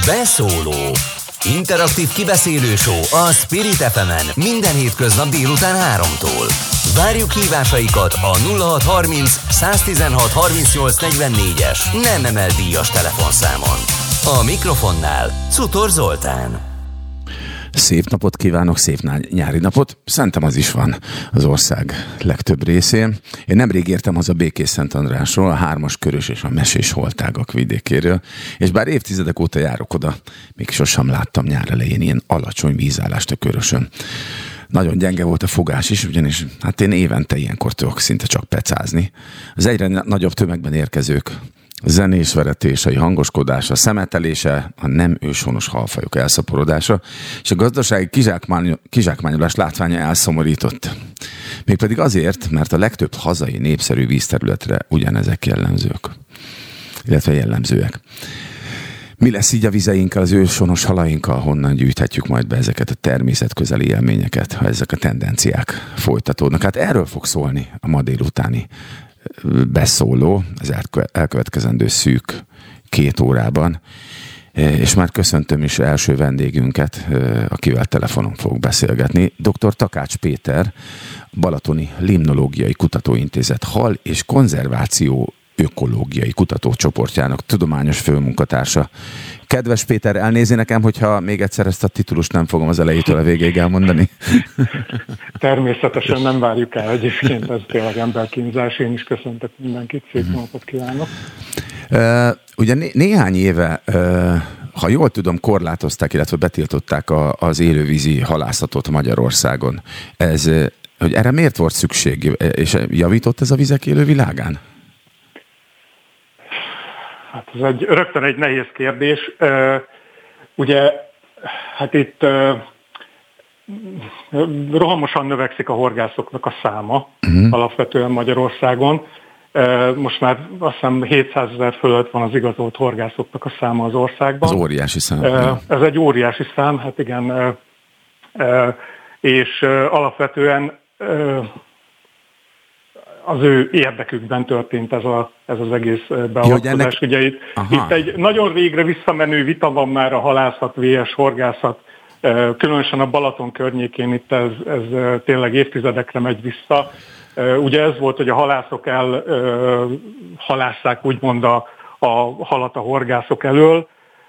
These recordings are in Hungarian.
Beszóló. Interaktív kibeszélő show a Spirit FM-en minden hétköznap délután 3-tól. Várjuk hívásaikat a 0630 116 38 44-es nem emel díjas telefonszámon. A mikrofonnál Czutor Zoltán. Szép napot kívánok, szép nyári napot. Szerintem az is van az ország legtöbb részén. Én nemrég értem haza Békés-Szentandrásról, a 3-as körös és a mesés holtágak vidékéről, és bár évtizedek óta járok oda, még sosem láttam nyár elején ilyen alacsony vízállást a körösön. Nagyon gyenge volt a fogás is, ugyanis hát én évente ilyenkor tudok szinte csak pecázni. Az egyre nagyobb tömegben érkezők zenés veretései, hangoskodása, szemetelése, a nem őshonos halfajok elszaporodása, és a gazdasági kizsákmányolás látványa elszomorított. Mégpedig azért, mert a legtöbb hazai népszerű vízterületre ugyanezek jellemzőek. Mi lesz így a vizeinkkel, az őshonos halainkkal, honnan gyűjthetjük majd be ezeket a természetközeli élményeket, ha ezek a tendenciák folytatódnak? Hát erről fog szólni a ma délutáni beszóló, az elkövetkezendő szűk 2 órában, és már köszöntöm is első vendégünket, akivel telefonon fogok beszélgetni, dr. Takács Péter, Balatoni Limnológiai Kutatóintézet hal és konzerváció ökológiai kutatócsoportjának tudományos főmunkatársa. Kedves Péter, elnézi nekem, hogyha még egyszer ezt a titulust nem fogom az elejétől a végéig elmondani? Természetesen nem várjuk el egyébként, ez tényleg emberkínzás. Én is köszöntök mindenkit, szép napot kívánok. Ugye néhány éve, ha jól tudom, korlátozták, illetve betiltották az élővízi halászatot Magyarországon. Hogy erre miért volt szükség, és javított ez a vizek élővilágán? Hát ez rögtön egy nehéz kérdés. Ugye, hát itt rohamosan növekszik a horgászoknak a száma alapvetően Magyarországon. Most már azt hiszem 700 000 fölött van az igazolt horgászoknak a száma az országban. Ez óriási szám. Ez egy óriási szám, hát igen. És alapvetően az ő érdekükben történt ez az egész beavatkozás. Ugye itt egy nagyon régre visszamenő vita van már a halászat, vs. horgászat, különösen a Balaton környékén itt ez tényleg évtizedekre megy vissza. Ugye ez volt, hogy a halászok halásszák úgymond a halat a horgászok elől.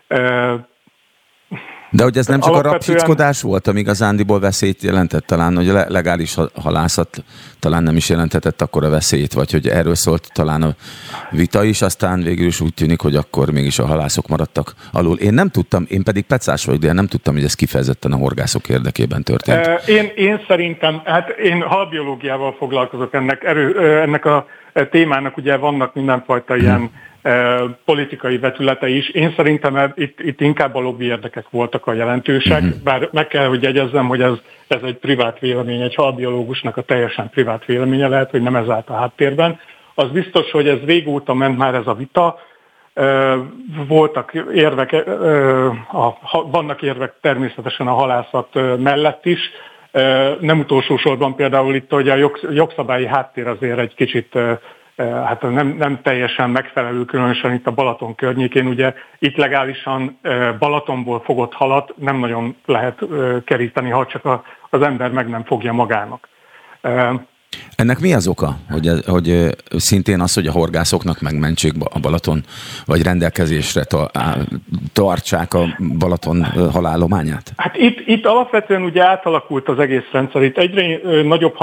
De hogy ez nem csak a rabhickodás volt, ami igazándiból veszélyt jelentett talán, hogy a legális halászat talán nem is jelenthetett akkor a veszélyt, vagy hogy erről szólt talán a vita is, aztán végül is úgy tűnik, hogy akkor mégis a halászok maradtak alul. Én nem tudtam, én pedig pecás vagyok, de én nem tudtam, hogy ez kifejezetten a horgászok érdekében történt. Én szerintem, hát én halbiológiával foglalkozok ennek a témának, ugye vannak mindenfajta ilyen politikai vetülete is. Én szerintem itt inkább a lobby érdekek voltak a jelentősek, bár meg kell, hogy jegyezzem, hogy ez egy privát vélemény, egy halbiológusnak a teljesen privát véleménye lehet, hogy nem ez állt a háttérben. Az biztos, hogy ez régóta ment már ez a vita, voltak érvek, vannak érvek természetesen a halászat mellett is, nem utolsó sorban például itt, hogy a jogszabályi háttér azért egy kicsit hát nem teljesen megfelelő, különösen itt a Balaton környékén. Ugye itt legálisan Balatonból fogott halat nem nagyon lehet keríteni, ha csak az ember meg nem fogja magának. Ennek mi az oka? Hogy szintén az, hogy a horgászoknak megmentsék a Balaton, vagy rendelkezésre tartsák a Balaton halállományát? Hát itt alapvetően ugye átalakult az egész rendszer. Itt egyre nagyobb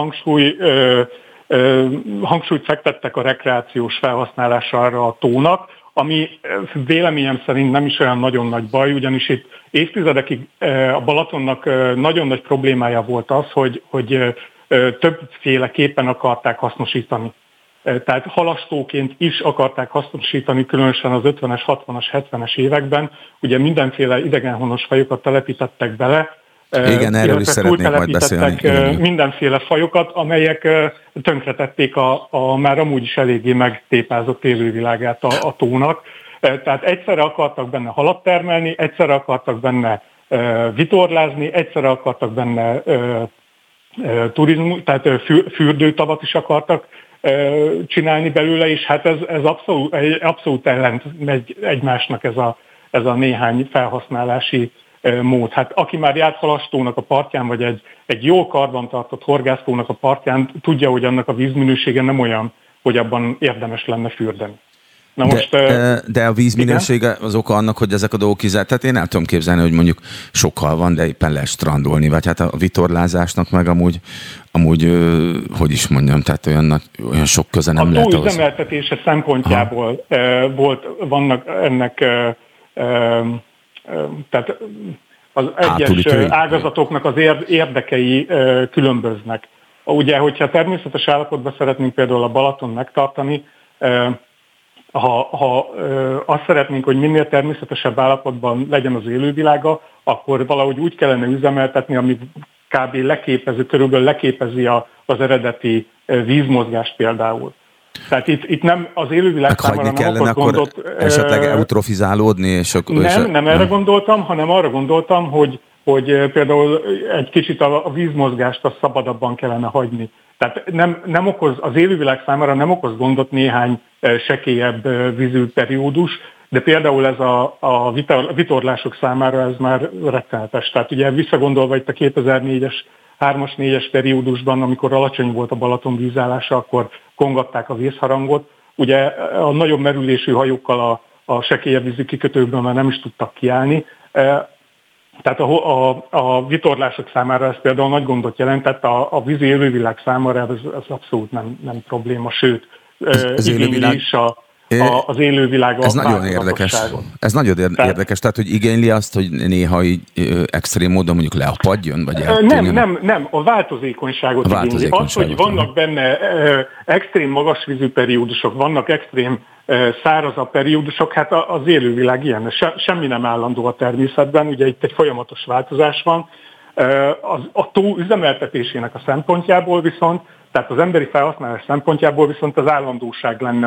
hangsúlyt fektettek a rekreációs felhasználására a tónak, ami véleményem szerint nem is olyan nagyon nagy baj, ugyanis itt évtizedekig a Balatonnak nagyon nagy problémája volt az, hogy többféleképpen akarták hasznosítani. Tehát halastóként is akarták hasznosítani, különösen az 50-es, 60-as, 70-es években. Ugye mindenféle idegenhonos fajokat telepítettek bele, igen, erről is szeretnék majd beszélni. Mindenféle fajokat, amelyek tönkretették a már amúgy is eléggé megtépázott élővilágát a tónak. Tehát egyszerre akartak benne halat termelni, egyszerre akartak benne vitorlázni, egyszerre akartak benne turizmus, tehát fürdőtavat is akartak csinálni belőle, és hát ez abszolút ellent megy egymásnak ez a néhány felhasználási mód. Hát aki már járt halastónak a partján, vagy egy jól karbantartott horgásztónak a partján, tudja, hogy annak a vízminősége nem olyan, hogy abban érdemes lenne fürdeni. De a vízminősége az oka annak, hogy ezek a dolgok kizárt. Tehát én el tudom képzelni, hogy mondjuk sokkal van, de éppen lehet strandolni, vagy hát a vitorlázásnak meg amúgy hogy is mondjam, tehát olyan sok köze nem lehet. A túlüzemeltetése szempontjából vannak ennek tehát az egyes ágazatoknak az érdekei különböznek. Ugye, hogyha természetes állapotban szeretnénk például a Balaton megtartani, ha azt szeretnénk, hogy minél természetesebb állapotban legyen az élővilága, akkor valahogy úgy kellene üzemeltetni, ami kb. Körülbelül leképezi az eredeti vízmozgást például. Tehát itt nem az élővilág számára nem okoz gondot. Esetleg eutrofizálódni? Nem erre gondoltam, hanem arra gondoltam, hogy például egy kicsit a vízmozgást azt szabadabban kellene hagyni. Tehát nem okoz, az élővilág számára nem okoz gondot néhány sekélyebb vízű periódus, de például ez a vitorlások számára ez már rettenetes. Tehát ugye visszagondolva itt a 2004-es, 3-as, 4-es periódusban, amikor alacsony volt a Balaton vízállása, akkor kongatták a vészharangot. Ugye a nagyobb merülésű hajókkal a sekélyebb vízű kikötőkben már nem is tudtak kiállni. Tehát a vitorlások számára ez például nagy gondot jelentett, a vízi élővilág számára ez abszolút nem probléma, sőt, igényli is az élővilág. Ez nagyon érdekes. Ez nagyon érdekes, tehát hogy igényli azt, hogy néha így extrém módon mondjuk leapadjon, vagy nem, a változékonyságot igényli. Az, hogy vannak benne extrém magas vízű periódusok, vannak extrém szárazabb periódusok, hát az élővilág ilyen. Semmi nem állandó a természetben, ugye itt egy folyamatos változás van. A tó üzemeltetésének a szempontjából viszont, tehát az emberi felhasználás szempontjából viszont az állandóság lenne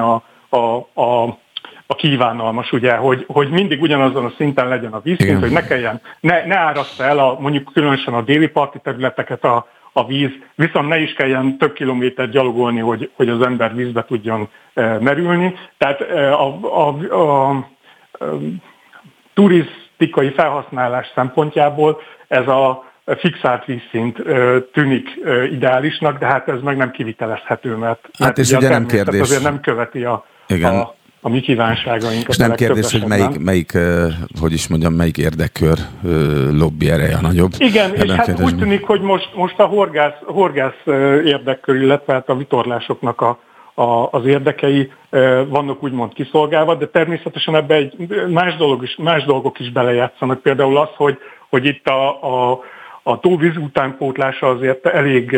a kívánalmas, ugye, hogy mindig ugyanazon a szinten legyen a vízszint, hogy ne kelljen, ne áraszta el mondjuk különösen a déli parti területeket a víz, viszont ne is kelljen több kilométert gyalogolni, hogy az ember vízbe tudjon merülni. Tehát a turisztikai felhasználás szempontjából ez a fixált vízszint tűnik ideálisnak, de hát ez meg nem kivitelezhető, mert és ugye nem kérdés. Azért nem követi a mi kívánságainkat. És nem kérdés, hogy melyik érdekkör lobby ereje a nagyobb. Igen, és hát úgy tűnik, hogy most a horgász érdekkör, illetve hát a vitorlásoknak az érdekei vannak úgymond kiszolgálva, de természetesen ebbe más dolgok is belejátszanak. Például az, hogy itt a tóvíz utánpótlása azért elég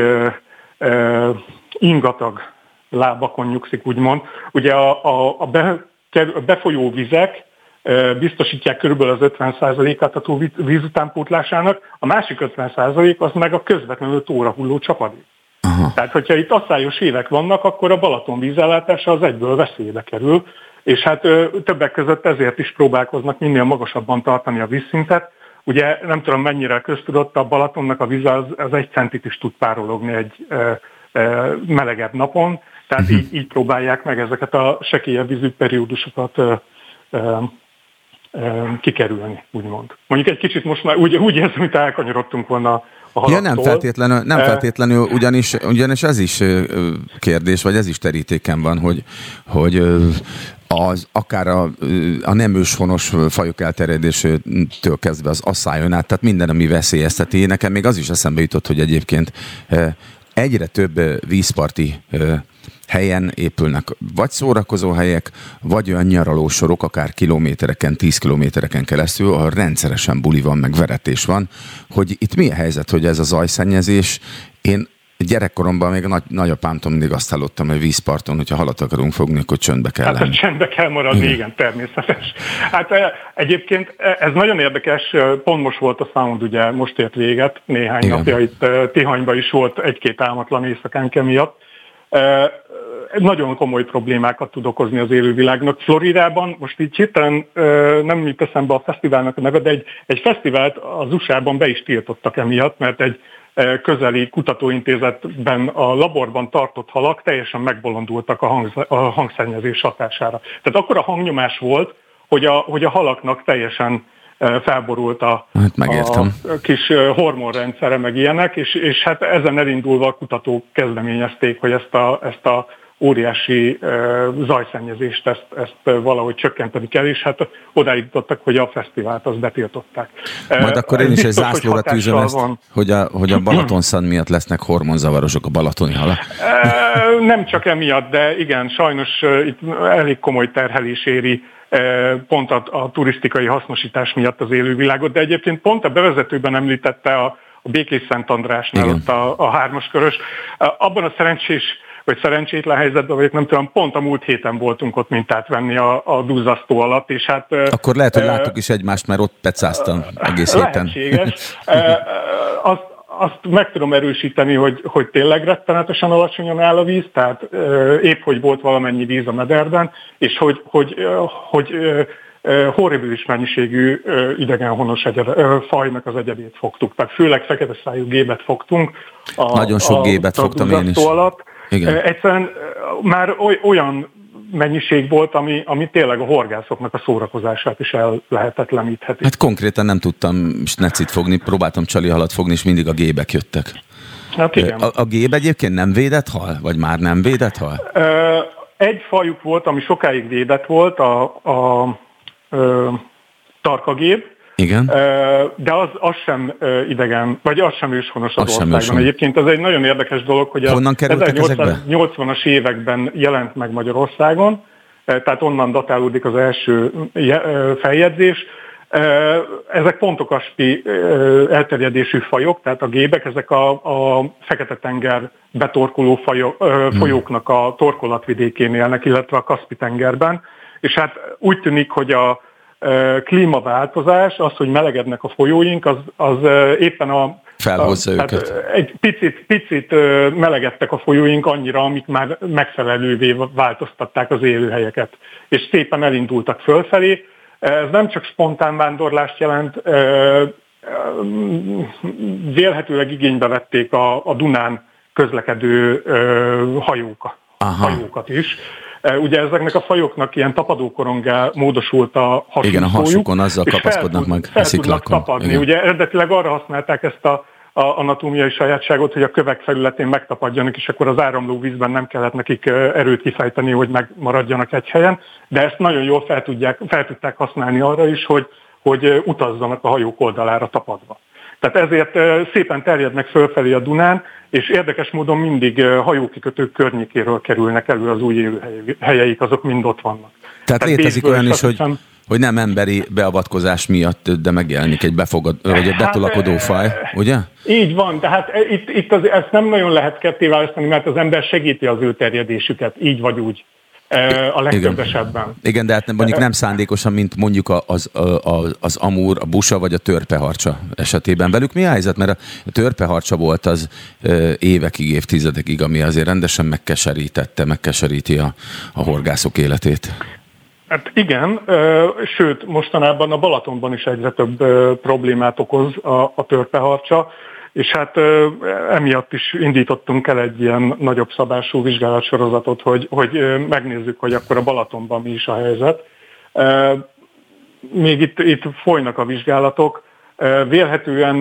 ingatag lábakon nyugszik, úgymond. Ugye a befolyó vizek biztosítják körülbelül az 50%-át a tóvíz utánpótlásának, a másik 50% az meg a közvetlenül tóra hulló csapadék. Aha. Tehát, hogyha itt asszályos évek vannak, akkor a Balaton vízellátása az egyből veszélybe kerül, és hát többek között ezért is próbálkoznak minél magasabban tartani a vízszintet. Ugye nem tudom mennyire köztudott, a Balatonnak a víz az 1 centit is tud párologni egy melegebb napon, tehát így próbálják meg ezeket a sekélyebb vízű periódusokat kikerülni, úgymond. Mondjuk egy kicsit most már úgy érzem, mint elkanyarodtunk volna a halaktól. Ja, nem feltétlenül, ugyanis ez is kérdés, vagy ez is terítéken van, hogy akár a nem őshonos fajok elterjedésétől kezdve az asszályon át, tehát minden, ami veszélyezteti. Nekem még az is eszembe jutott, hogy egyébként egyre több vízparti helyen épülnek vagy szórakozó helyek, vagy olyan nyaralósorok, akár kilométereken, 10 kilométereken keresztül, ahol rendszeresen buli van, meg veretés van, hogy itt mi a helyzet, hogy ez a zajszennyezés. Én gyerekkoromban még a nagyapámtól mindig azt hallottam, hogy vízparton, hogyha halat akarunk fogni, akkor csöndbe kell lenni. Hát csöndbe kell maradni, igen, természetes. Hát egyébként ez nagyon érdekes, pont most volt a Sound, ugye most ért véget, néhány napja itt Tihanyban is volt 1-2 álmatlan éjszakánk emiatt. Nagyon komoly problémákat tud okozni az élővilágnak. Floridában, most így hirtelen nem jut eszembe a fesztiválnak a neve, de egy fesztivált az USA-ban be is tiltottak emiatt, mert egy közeli kutatóintézetben a laborban tartott halak teljesen megbolondultak a hangszennyezés hatására. Tehát akkora hangnyomás volt, hogy a halaknak teljesen felborult a kis hormonrendszere, meg ilyenek, és hát ezen elindulva a kutatók kezdeményezték, hogy ezt a óriási zajszennyezést ezt valahogy csökkenteni kell, és hát odáig jutottak, hogy a fesztivált azt betiltották. Majd akkor én is egy zászlóra tűzöm ezt, hogy a Balatonszand miatt lesznek hormonzavarosok a balatoni halak. Nem csak emiatt, de igen, sajnos itt elég komoly terhelés éri pont a turisztikai hasznosítás miatt az élővilágot, de egyébként pont a bevezetőben említette a Békés-Szent-Andrásnál ott a 3-as körös. Abban a szerencsétlen helyzetben vagyok, nem tudom, pont a múlt héten voltunk ott mintát venni a duzzasztó alatt, és hát... Akkor lehet, hogy láttuk is egymást, mert ott pecáztam egész héten. Lehetséges. Azt meg tudom erősíteni, hogy tényleg rettenetesen alacsonyan áll a víz, tehát épp, hogy volt valamennyi víz a mederben, és hogy horribilis mennyiségű idegenhonos fajnak az egyedét fogtuk. Tehát főleg fekete szájú gébet fogtunk. Nagyon sok gébet fogtam én is. Alatt. Egyszerűen már olyan mennyiség volt, ami tényleg a horgászoknak a szórakozását is ellehetetlenítheti. Hát konkrétan nem tudtam snecit fogni, próbáltam csalihalat fogni, és mindig a gébek jöttek. Hát igen. A géb egyébként nem védett hal? Vagy már nem védett hal? Egy fajuk volt, ami sokáig védett volt, a tarkagéb. Igen. De az sem idegen, vagy az sem őshonos az országban. Egyébként ez egy nagyon érdekes dolog, hogy a 1880-as években jelent meg Magyarországon, tehát onnan datálódik az első feljegyzés. Ezek pontokasti elterjedésű fajok, tehát a gébek, ezek a Fekete-tenger betorkoló folyóknak a torkolatvidékén élnek, illetve a Kaszpi-tengerben. És hát úgy tűnik, hogy a klímaváltozás, az, hogy melegednek a folyóink, az éppen felhozza őket. Egy picit melegedtek a folyóink annyira, amik már megfelelővé változtatták az élőhelyeket. És szépen elindultak fölfelé. Ez nem csak spontán vándorlást jelent, vélhetőleg igénybe vették a Dunán közlekedő hajókat is. Ugye ezeknek a fajoknak ilyen tapadókoronggá módosult a hasuk. Igen, a hasukon azzal kapaszkodnak meg a sziklákon. Tapadni. Ugye eredetileg arra használták ezt a anatómiai sajátságot, hogy a kövek felületén megtapadjanak, és akkor az áramló vízben nem kellett nekik erőt kifejteni, hogy megmaradjanak egy helyen, de ezt nagyon jól fel tudták használni arra is, hogy utazzanak a hajók oldalára tapadva. Tehát ezért szépen terjednek fölfelé a Dunán, és érdekes módon mindig hajókikötők környékéről kerülnek elő az új élőhelyeik, azok mind ott vannak. Tehát létezik olyan is, hogy nem emberi beavatkozás miatt, de megjelenik egy vagy egy betolakodó faj, ugye? Így van, tehát itt ezt nem nagyon lehet ketté választani, mert az ember segíti az ő terjedésüket, így vagy úgy. A legtöbb esetben. Igen, de hát mondjuk nem szándékosan, mint mondjuk az amúr, a busa vagy a törpeharcsa esetében. Velük mi a helyzet? Mert a törpeharcsa volt az évekig, évtizedekig, ami azért rendesen megkeseríti a horgászok életét. Hát igen, sőt, mostanában a Balatonban is egyre több problémát okoz a törpeharcsa, és hát emiatt is indítottunk el egy ilyen nagyobb szabású vizsgálatsorozatot, hogy megnézzük, hogy akkor a Balatonban mi is a helyzet. Még itt folynak a vizsgálatok. Vélhetően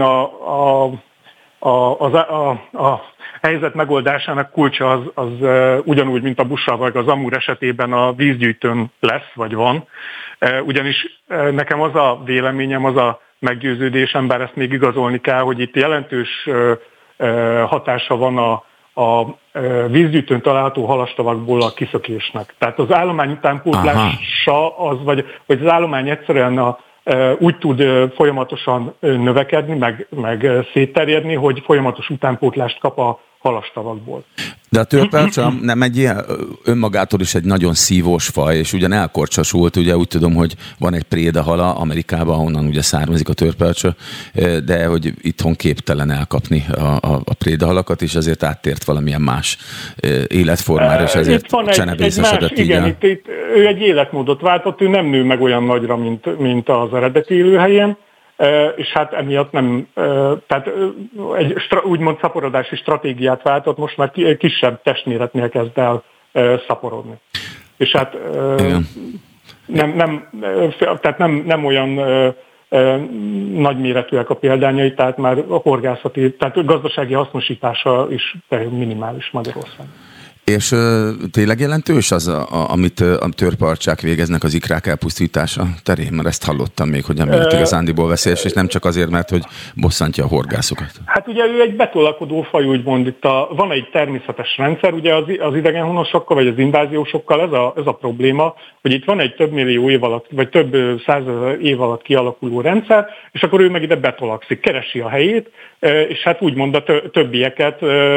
a helyzet megoldásának kulcsa az ugyanúgy, mint a busa vagy az amúr esetében a vízgyűjtőn lesz, vagy van. Ugyanis nekem az a véleményem, az a meggyőződésem, bár ezt még igazolni kell, hogy itt jelentős hatása van a vízgyűjtőn található halastavakból a kiszökésnek. Tehát az állomány utánpótlása vagy az állomány egyszerűen úgy tud folyamatosan növekedni, meg szétterjedni, hogy folyamatos utánpótlást kap a halastavakból. De a törpeharcsa nem egy ilyen önmagától is egy nagyon szívós faj, és ugyan elkorcsasult, ugye úgy tudom, hogy van egy prédahala Amerikában, ahonnan ugye származik a törpeharcsa, de hogy itthon képtelen elkapni a prédahalakat, és ezért áttért valamilyen más életformára, és ezért csenebészesedett így. Igen, itt ő egy életmódot váltott, ő nem nő meg olyan nagyra, mint az eredeti élőhelyen, és hát emiatt nem, tehát egy úgymond szaporodási stratégiát váltott, most már kisebb testméretnél kezd el szaporodni. És hát tehát nem olyan nagyméretűek a példányai, tehát már a horgászati, tehát gazdasági hasznosítása is minimális Magyarországon. És tényleg jelentős az, amit a törpearcsák végeznek az ikrák elpusztítása terén? Mert ezt hallottam még, hogy emiatt igazándiból veszélyes, és nem csak azért, mert hogy bosszantja a horgászokat. Hát ugye ő egy betolakodó faj, úgymond itt van egy természetes rendszer, ugye az idegenhonosokkal, vagy az inváziósokkal ez a probléma, hogy itt van egy több millió év alatt, vagy több százezer év alatt kialakuló rendszer, és akkor ő meg ide betolakszik, keresi a helyét, és hát úgymond a többieket,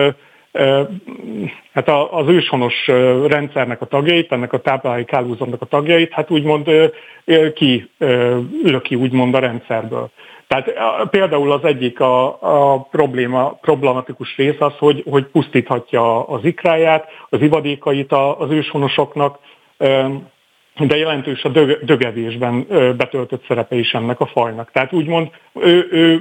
hát az őshonos rendszernek a tagjait, ennek a táplálékhálózatnak a tagjait, hát úgymond löki úgymond a rendszerből. Tehát például az egyik a problematikus rész az, hogy pusztíthatja az ikráját, az ivadékait az őshonosoknak, de jelentős a dögevésben betöltött szerepe is ennek a fajnak. Tehát úgymond ő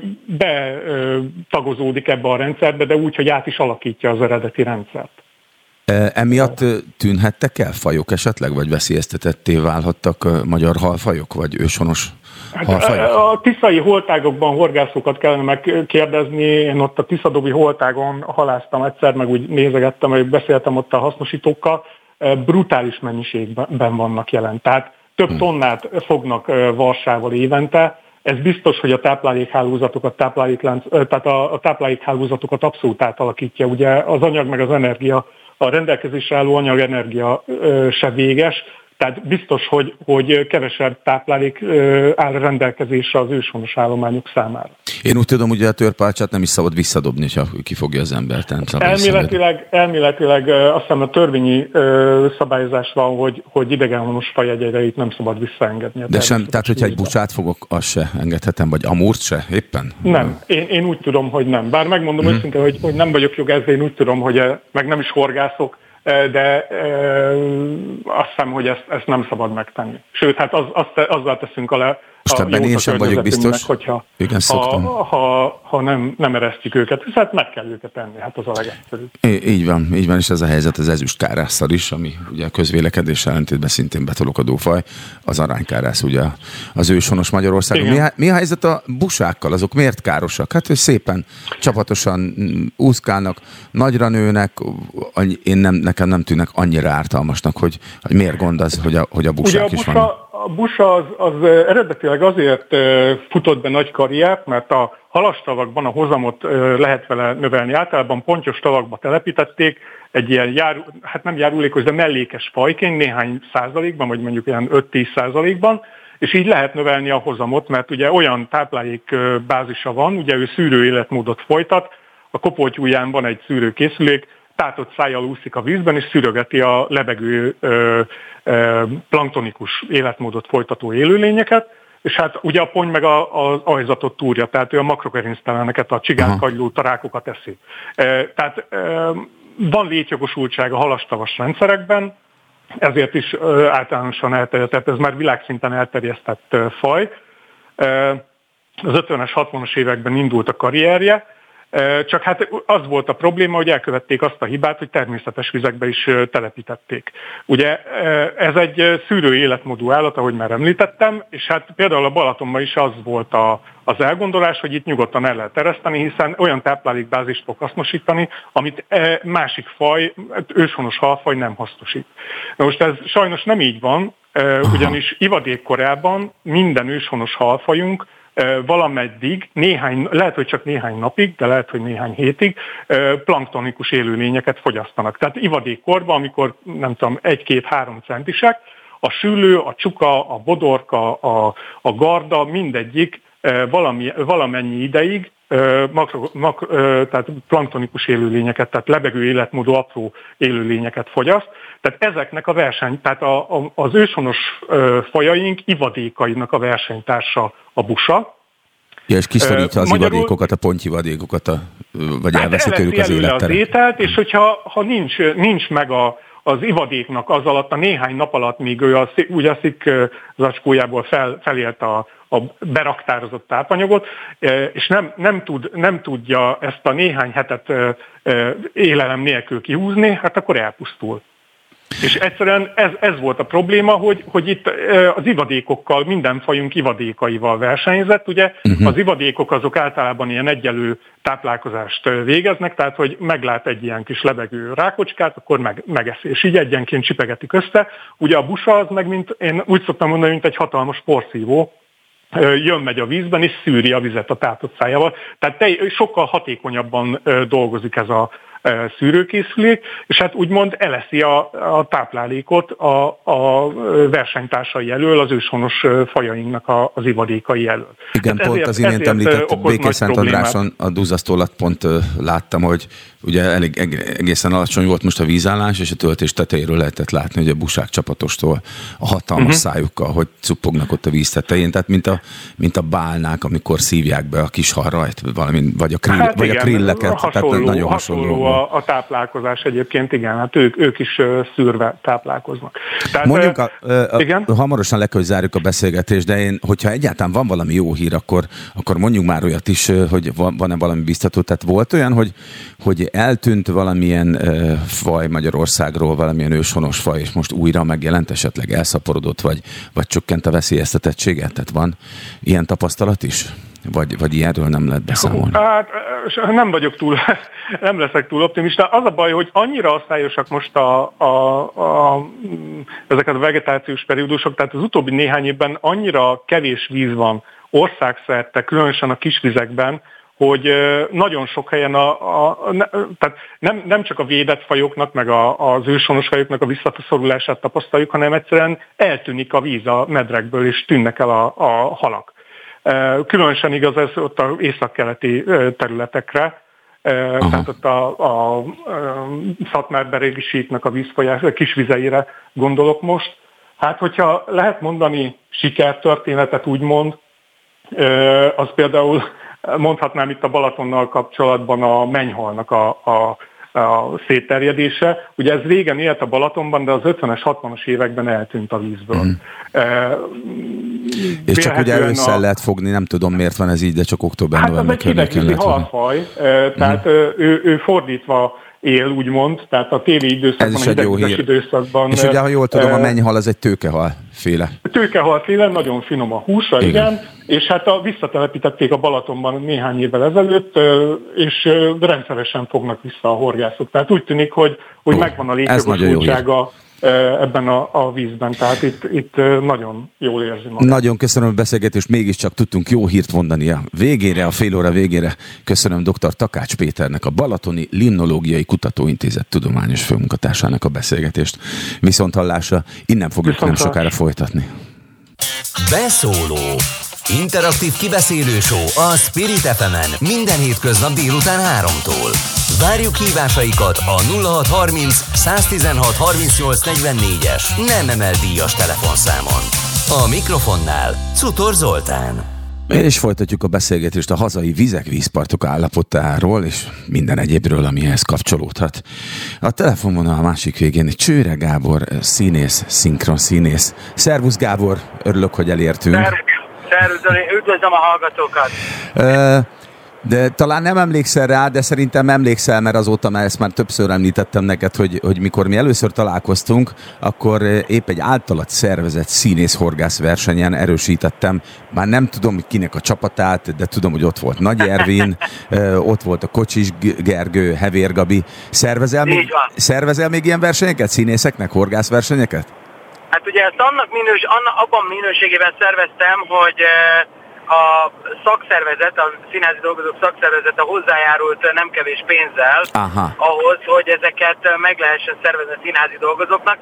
betagozódik ebbe a rendszerbe, de úgy, hogy át is alakítja az eredeti rendszert. Emiatt tűnhettek el fajok esetleg, vagy veszélyeztetetté válhattak magyar halfajok, vagy őshonos halfajok? A tiszai holtágokban horgászokat kellene megkérdezni. Én ott a tiszadobi holtágon halásztam egyszer, meg úgy nézegettem, hogy beszéltem ott a hasznosítókkal. Brutális mennyiségben vannak jelen. Tehát több tonnát fognak varsával évente. Ez biztos, hogy a táplálékhálózatokat, tehát a táplálékhálózatokat abszolút átalakítja. Ugye az anyag meg az energia, a rendelkezésre álló anyagenergia se véges, tehát biztos, hogy kevesebb táplálék áll rendelkezésre az őshonos állományok számára. Én úgy tudom, hogy a törpearcsát nem is szabad visszadobni, ha kifogja az embert. Elméletileg azt hiszem a törvényi szabályozás van, hogy idegenhonos fajegyeit nem szabad visszaengedni. De sem, tehát hogyha egy bucsát fogok, azt se engedhetem, vagy amúrt se éppen? Nem, én úgy tudom, hogy nem. Bár megmondom őszintén, hogy nem vagyok jogász, de én úgy tudom, hogy meg nem is horgászok, de azt hiszem, hogy ezt nem szabad megtenni. Sőt, hát azzal teszünk alá most ebben én sem vagyok biztos. Hogyha igen, ha nem eresztjük őket, hát meg kell őket tenni, hát az a legegyszerűbb. Így van, és ez a helyzet az ezüstkárásszal is, ami ugye a közvélekedés ellentétben szintén betolakodó faj, az aranykárász, ugye az őshonos Magyarországon. Mi a helyzet a busákkal, azok miért károsak? Hát, hogy szépen csapatosan úszkálnak, nagyra nőnek, nekem nem tűnnek annyira ártalmasnak, hogy miért gond az, hogy a busák is vannak. A busa az eredetileg azért futott be nagy karriert, mert a halastavakban a hozamot lehet vele növelni. Általában pontyos tavakba telepítették, egy ilyen hát nem járulékos, de mellékes fajként, néhány százalékban, vagy mondjuk ilyen 5-10%-ban, és így lehet növelni a hozamot, mert ugye olyan táplálékbázisa van, ugye ő szűrő életmódot folytat, a kopoltyúján van egy szűrőkészülék, tátott szájjal úszik a vízben, és szürögeti a lebegő planktonikus életmódot folytató élőlényeket, és hát ugye a pony meg az ajzatot túrja, tehát ő a makrokerincteleneket, a csigánkagylót, a rákokat eszi. Tehát van létjogosultság a halastavas rendszerekben, ezért is általánosan elterjedt, ez már világszinten elterjesztett faj. Az 50-es, 60-as években indult a karrierje, csak hát az volt a probléma, hogy elkövették azt a hibát, hogy természetes vizekbe is telepítették. Ugye ez egy szűrő életmódú állat, ahogy már említettem, és hát például a Balatonban is az volt az elgondolás, hogy itt nyugodtan el lehet ereszteni, hiszen olyan táplálékbázist fog hasznosítani, amit másik faj, őshonos halfaj nem hasznosít. Na most ez sajnos nem így van, ugyanis ivadékkorában minden őshonos halfajunk valameddig, lehet, hogy csak néhány napig, de lehet, hogy néhány hétig planktonikus élőlényeket fogyasztanak. Tehát ivadékkorban, amikor nem tudom, 1-2-3 centisek, a sülő, a csuka, a bodorka, a garda, mindegyik valamennyi ideig tehát planktonikus élőlényeket, tehát lebegő életmódú apró élőlényeket fogyaszt. Tehát ezeknek a verseny, tehát az őshonos fajaink ivadékainak a versenytársa a busa. Ja, és kiszorítja az ivadékokat, a pontyivadékokat, vagy elveszi tőlük az életteret. Az ételt, és hogyha nincs meg az ivadéknak az alatt, a néhány nap alatt, míg ő ugye a szik zacskójából felélt a beraktározott tápanyagot, és nem tudja ezt a néhány hetet élelem nélkül kihúzni, hát akkor elpusztul. És egyszerűen ez volt a probléma, hogy itt az ivadékokkal, minden fajunk ivadékaival versenyzett. Ugye az ivadékok azok általában ilyen egyenlő táplálkozást végeznek, tehát hogy meglát egy ilyen kis lebegő rákocskát, akkor megeszi, és így egyenként csipegetik össze. Ugye a busa az meg, mint én úgy szoktam mondani, mint egy hatalmas porszívó, jön-megy a vízben, és szűri a vizet a tátott szájával. Tehát sokkal hatékonyabban dolgozik ez a szűrőkészülék, és hát úgymond eleszi a táplálékot a versenytársai elől, az őshonos fajainknak az ivadékai elől. Igen, hát pont az imént említett Békés-Szentandráson a duzzasztólat pont láttam, hogy ugye egészen alacsony volt most a vízállás, és a töltés tetejéről lehetett látni, hogy a busák csapatostól a hatalmas szájukkal, hogy cuppognak ott a víz tetején, tehát mint a bálnák, amikor szívják be a kis harrajt, vagy a krilleket, tehát nagyon hasonló. A táplálkozás egyébként, igen, hát ők is szűrve táplálkoznak. Tehát, mondjuk, hamarosan le kell, hogy zárjuk a beszélgetést, de hogyha egyáltalán van valami jó hír, akkor mondjuk már olyat is, hogy van-e valami biztató. Tehát volt olyan, hogy eltűnt valamilyen faj Magyarországról, valamilyen őshonos faj, és most újra megjelent, esetleg elszaporodott, vagy csökkent a veszélyeztetettséget? Tehát van ilyen tapasztalat is? Vagy ilyenről nem lehet beszámolni? Hát nem leszek túl optimista. Az a baj, hogy annyira asztályosak most ezeket a vegetációs periódusok, tehát az utóbbi néhány évben annyira kevés víz van országszerte, különösen a kisvizekben, hogy nagyon sok helyen tehát nem csak a védett fajoknak, meg az őshonos fajoknak a visszaszorulását tapasztaljuk, hanem egyszerűen eltűnik a víz a medrekből, és tűnnek el a halak. Különösen igaz ez ott az északkeleti területekre, tehát ott a Szatmár-beregi síknak a vízfolyás, kisvizeire gondolok most. Hát, hogyha lehet mondani sikertörténetet úgymond, az például mondhatnám itt a Balatonnal kapcsolatban a mennyhalnak a szétterjedése. Ugye ez régen élt a Balatonban, de az 50-es, 60-as években eltűnt a vízből. És csak ugye ősszel lehet fogni, nem tudom miért van ez így, de csak október-november környékén lehet fogni. Halfaj, tehát ő fordítva él, úgymond, tehát a téli időszakban, a hidegvizes időszakban. És ugye, ha jól tudom, a mennyhal az egy tőkehal féle. Tőkehal féle, nagyon finom a húsa, igen, és hát visszatelepítették a Balatonban néhány évvel ezelőtt, és rendszeresen fognak vissza a horgászok. Tehát úgy tűnik, hogy megvan a létjogosultsága ebben a vízben, tehát itt nagyon jól érzi magát. Nagyon köszönöm a beszélgetést, mégiscsak tudtunk jó hírt mondani a végére, a fél óra végére. Köszönöm dr. Takács Péternek, a Balatoni Limnológiai Kutatóintézet tudományos főmunkatársának a beszélgetést. Viszonthallásra, innen fogjuk nem sokára folytatni. Beszóló. Interaktív kibeszélő show a Spirit FM-en minden hétköznap délután 3-tól. Várjuk hívásaikat a 0630 116 38 44-es nem emel díjas telefonszámon. A mikrofonnál Czutor Zoltán. És folytatjuk a beszélgetést a hazai vizek, vízpartok állapotáról, és minden egyébről, amihez kapcsolódhat. A telefonvonal a másik végén Csőre Gábor, színész, szinkron színész. Szervusz Gábor, örülök, hogy elértünk. Szervusz, üdvözlöm a hallgatókat! De talán nem emlékszel rá, de szerintem emlékszel, mert azóta már ezt már többször említettem neked, hogy mikor mi először találkoztunk, akkor épp egy általad szervezett színész-horgász versenyen erősítettem. Már nem tudom, kinek a csapatát, de tudom, hogy ott volt Nagy Ervin, ott volt a Kocsis Gergő, Hevér Gabi. Szervezel még ilyen versenyeket, színészeknek, horgászversenyeket? Hát ugye ezt abban minőségében szerveztem, hogy a szakszervezet, a színházi dolgozók szakszervezete hozzájárult nem kevés pénzzel ahhoz, hogy ezeket meg lehessen szervezni a színházi dolgozóknak,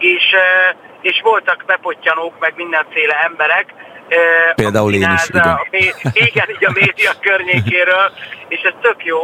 és voltak bepottyanók, meg mindenféle emberek. Például én is, igen. Igen, így a média környékéről, és ez tök jó.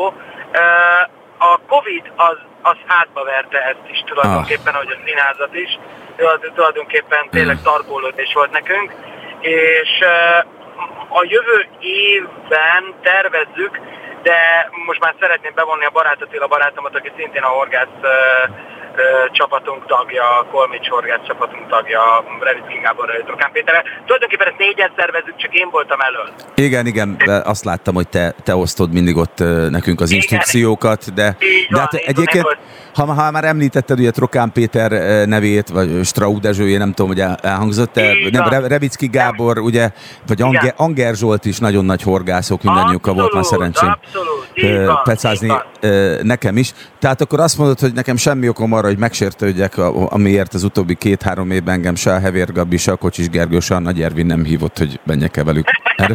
A Covid az hátba verte ezt is tulajdonképpen, hogy a színházat is. Tulajdonképpen tényleg tarkólódás volt nekünk, és a jövő évben tervezzük, de most már szeretném bevonni a Barát Attila barátomat, aki szintén a horgász csapatunk tagja, Kolmics horgász csapatunk tagja, Revicki Gáborral, Trokán Péterrel. Tulajdonképpen ezt 4-en szervezzük, csak én voltam elől. Igen, azt láttam, hogy te osztod mindig ott nekünk az instrukciókat, de hát egyébként, ha már említetted ugye Trokán Péter nevét, vagy Straub Dezső, nem tudom, hogy elhangzott, Revicki Gábor, ugye, vagy Anger Zsolt is nagyon nagy horgászok, mindannyiukkal volt már szerencsém pecázni nekem is. Tehát akkor azt mondod, hogy nekem semmi okom arra, hogy megsértődjek, amiért az utóbbi 2-3 évben engem se a Hevér Gabi, se a Kocsis Gergő, se a Nagy Ervin nem hívott, hogy menjek el velük.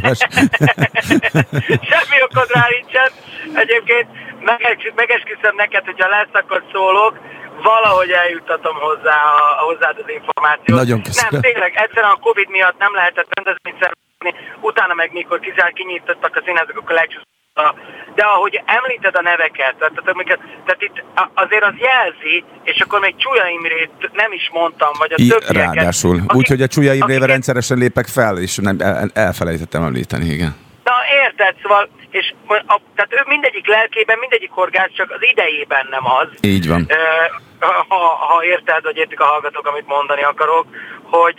Semmi okod rá nincsen. Egyébként megesküszöm neked, hogyha lesz, akkor szólok, valahogy eljuttatom hozzád az információt. Nagyon köszönöm. Nem, tényleg, egyszerűen a Covid miatt nem lehetett rendezvényt szervezni, utána meg mikor kinyitottak a színházak, akkor lecsúsztak. De ahogy említed a neveket, tehát itt azért az jelzi, és akkor még Csúlya Imrét nem is mondtam, vagy a többieket. Ráadásul. Úgyhogy a Csúlya Imrével rendszeresen lépek fel, és nem elfelejtettem említeni, igen. Na érted, szóval, és tehát ő mindegyik lelkében, mindegyik horgász, csak az idejében nem az. Így van. Ha érted, vagy értik a hallgatók, amit mondani akarok, hogy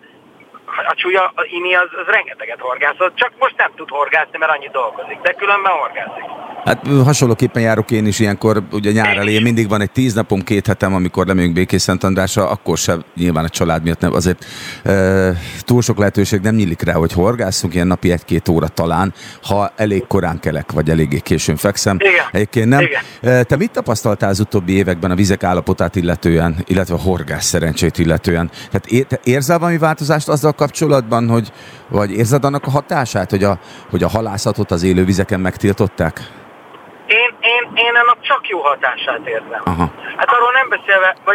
a Csúlya Imi az rengeteget horgászott, csak most nem tud horgászni, mert annyit dolgozik, de különben horgászik. Hát hasonlóképpen járok én is ilyenkor, ugye nyár elején mindig van egy 10 napom, 2 hetem, amikor lemegyünk Békés-Szentandrásra, akkor sem nyilván a család miatt nem, azért túl sok lehetőség nem nyílik rá, hogy horgászunk, ilyen napi 1-2 óra talán, ha elég korán kelek, vagy eléggé későn fekszem. Igen. Egyébként nem. Igen. Te mit tapasztaltál az utóbbi években a vizek állapotát illetően, illetve a horgász szerencsét illetően? Tehát te érzel valami változást azzal kapcsolatban, vagy érzed annak a hatását, hogy a halászatot az élővizeken megtiltották? Én annak csak jó hatását érzem. Aha. Hát arról nem beszélve, vagy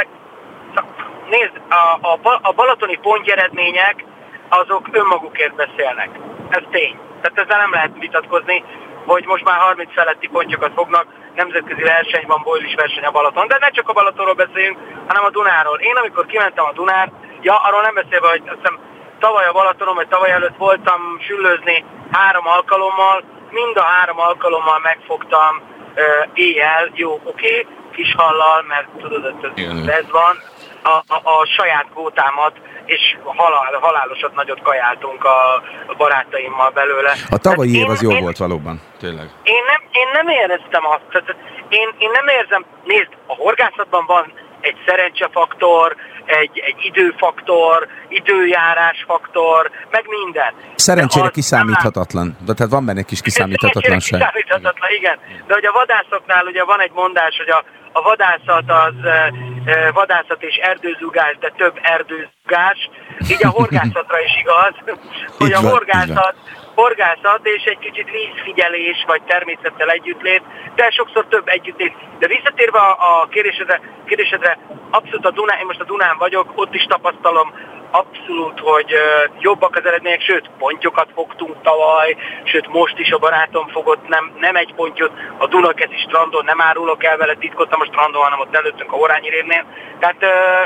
nézd, a balatoni pontjeredmények azok önmagukért beszélnek. Ez tény. Tehát ezzel nem lehet vitatkozni, hogy most már 30 feletti pontjokat fognak, nemzetközi verseny van, bojlis verseny a Balaton. De ne csak a Balatonról beszéljünk, hanem a Dunáról. Én amikor kimentem a Dunát, arról nem beszélve, hogy azt hiszem tavaly a Balatonon, vagy tavaly előtt voltam süllőzni 3 alkalommal, mind a 3 alkalommal megfogtam éjjel, jó, oké, kis hallal, mert tudod, ez van, a saját kvótámat, és halálosat nagyot kajáltunk a barátaimmal belőle. A tavalyi év az jó volt valóban, tényleg. Én nem éreztem azt, én nem érzem, nézd, a horgászatban van egy szerencsefaktor, egy időfaktor, időjárásfaktor, meg minden. Szerencsére kiszámíthatatlan. De tehát van benne egy kis kiszámíthatatlanság. Kiszámíthatatlan, igen. De hogy a vadászoknál ugye van egy mondás, hogy a vadászat az vadászat és erdőzugás, de több erdőzugás. Így a horgászatra is igaz, hogy a horgászat és egy kicsit vízfigyelés, vagy természettel együttlét, de sokszor több együttlét. De visszatérve a kérdésedre, abszolút én most a Dunán vagyok, ott is tapasztalom abszolút, hogy jobbak az eredmények, sőt, pontyokat fogtunk tavaly, sőt, most is a barátom fogott nem egy pontyot, a Dunakeszi strandon, nem árulok el vele titkot, nem a strandon, hanem ott előttünk a Horányi révnél. Tehát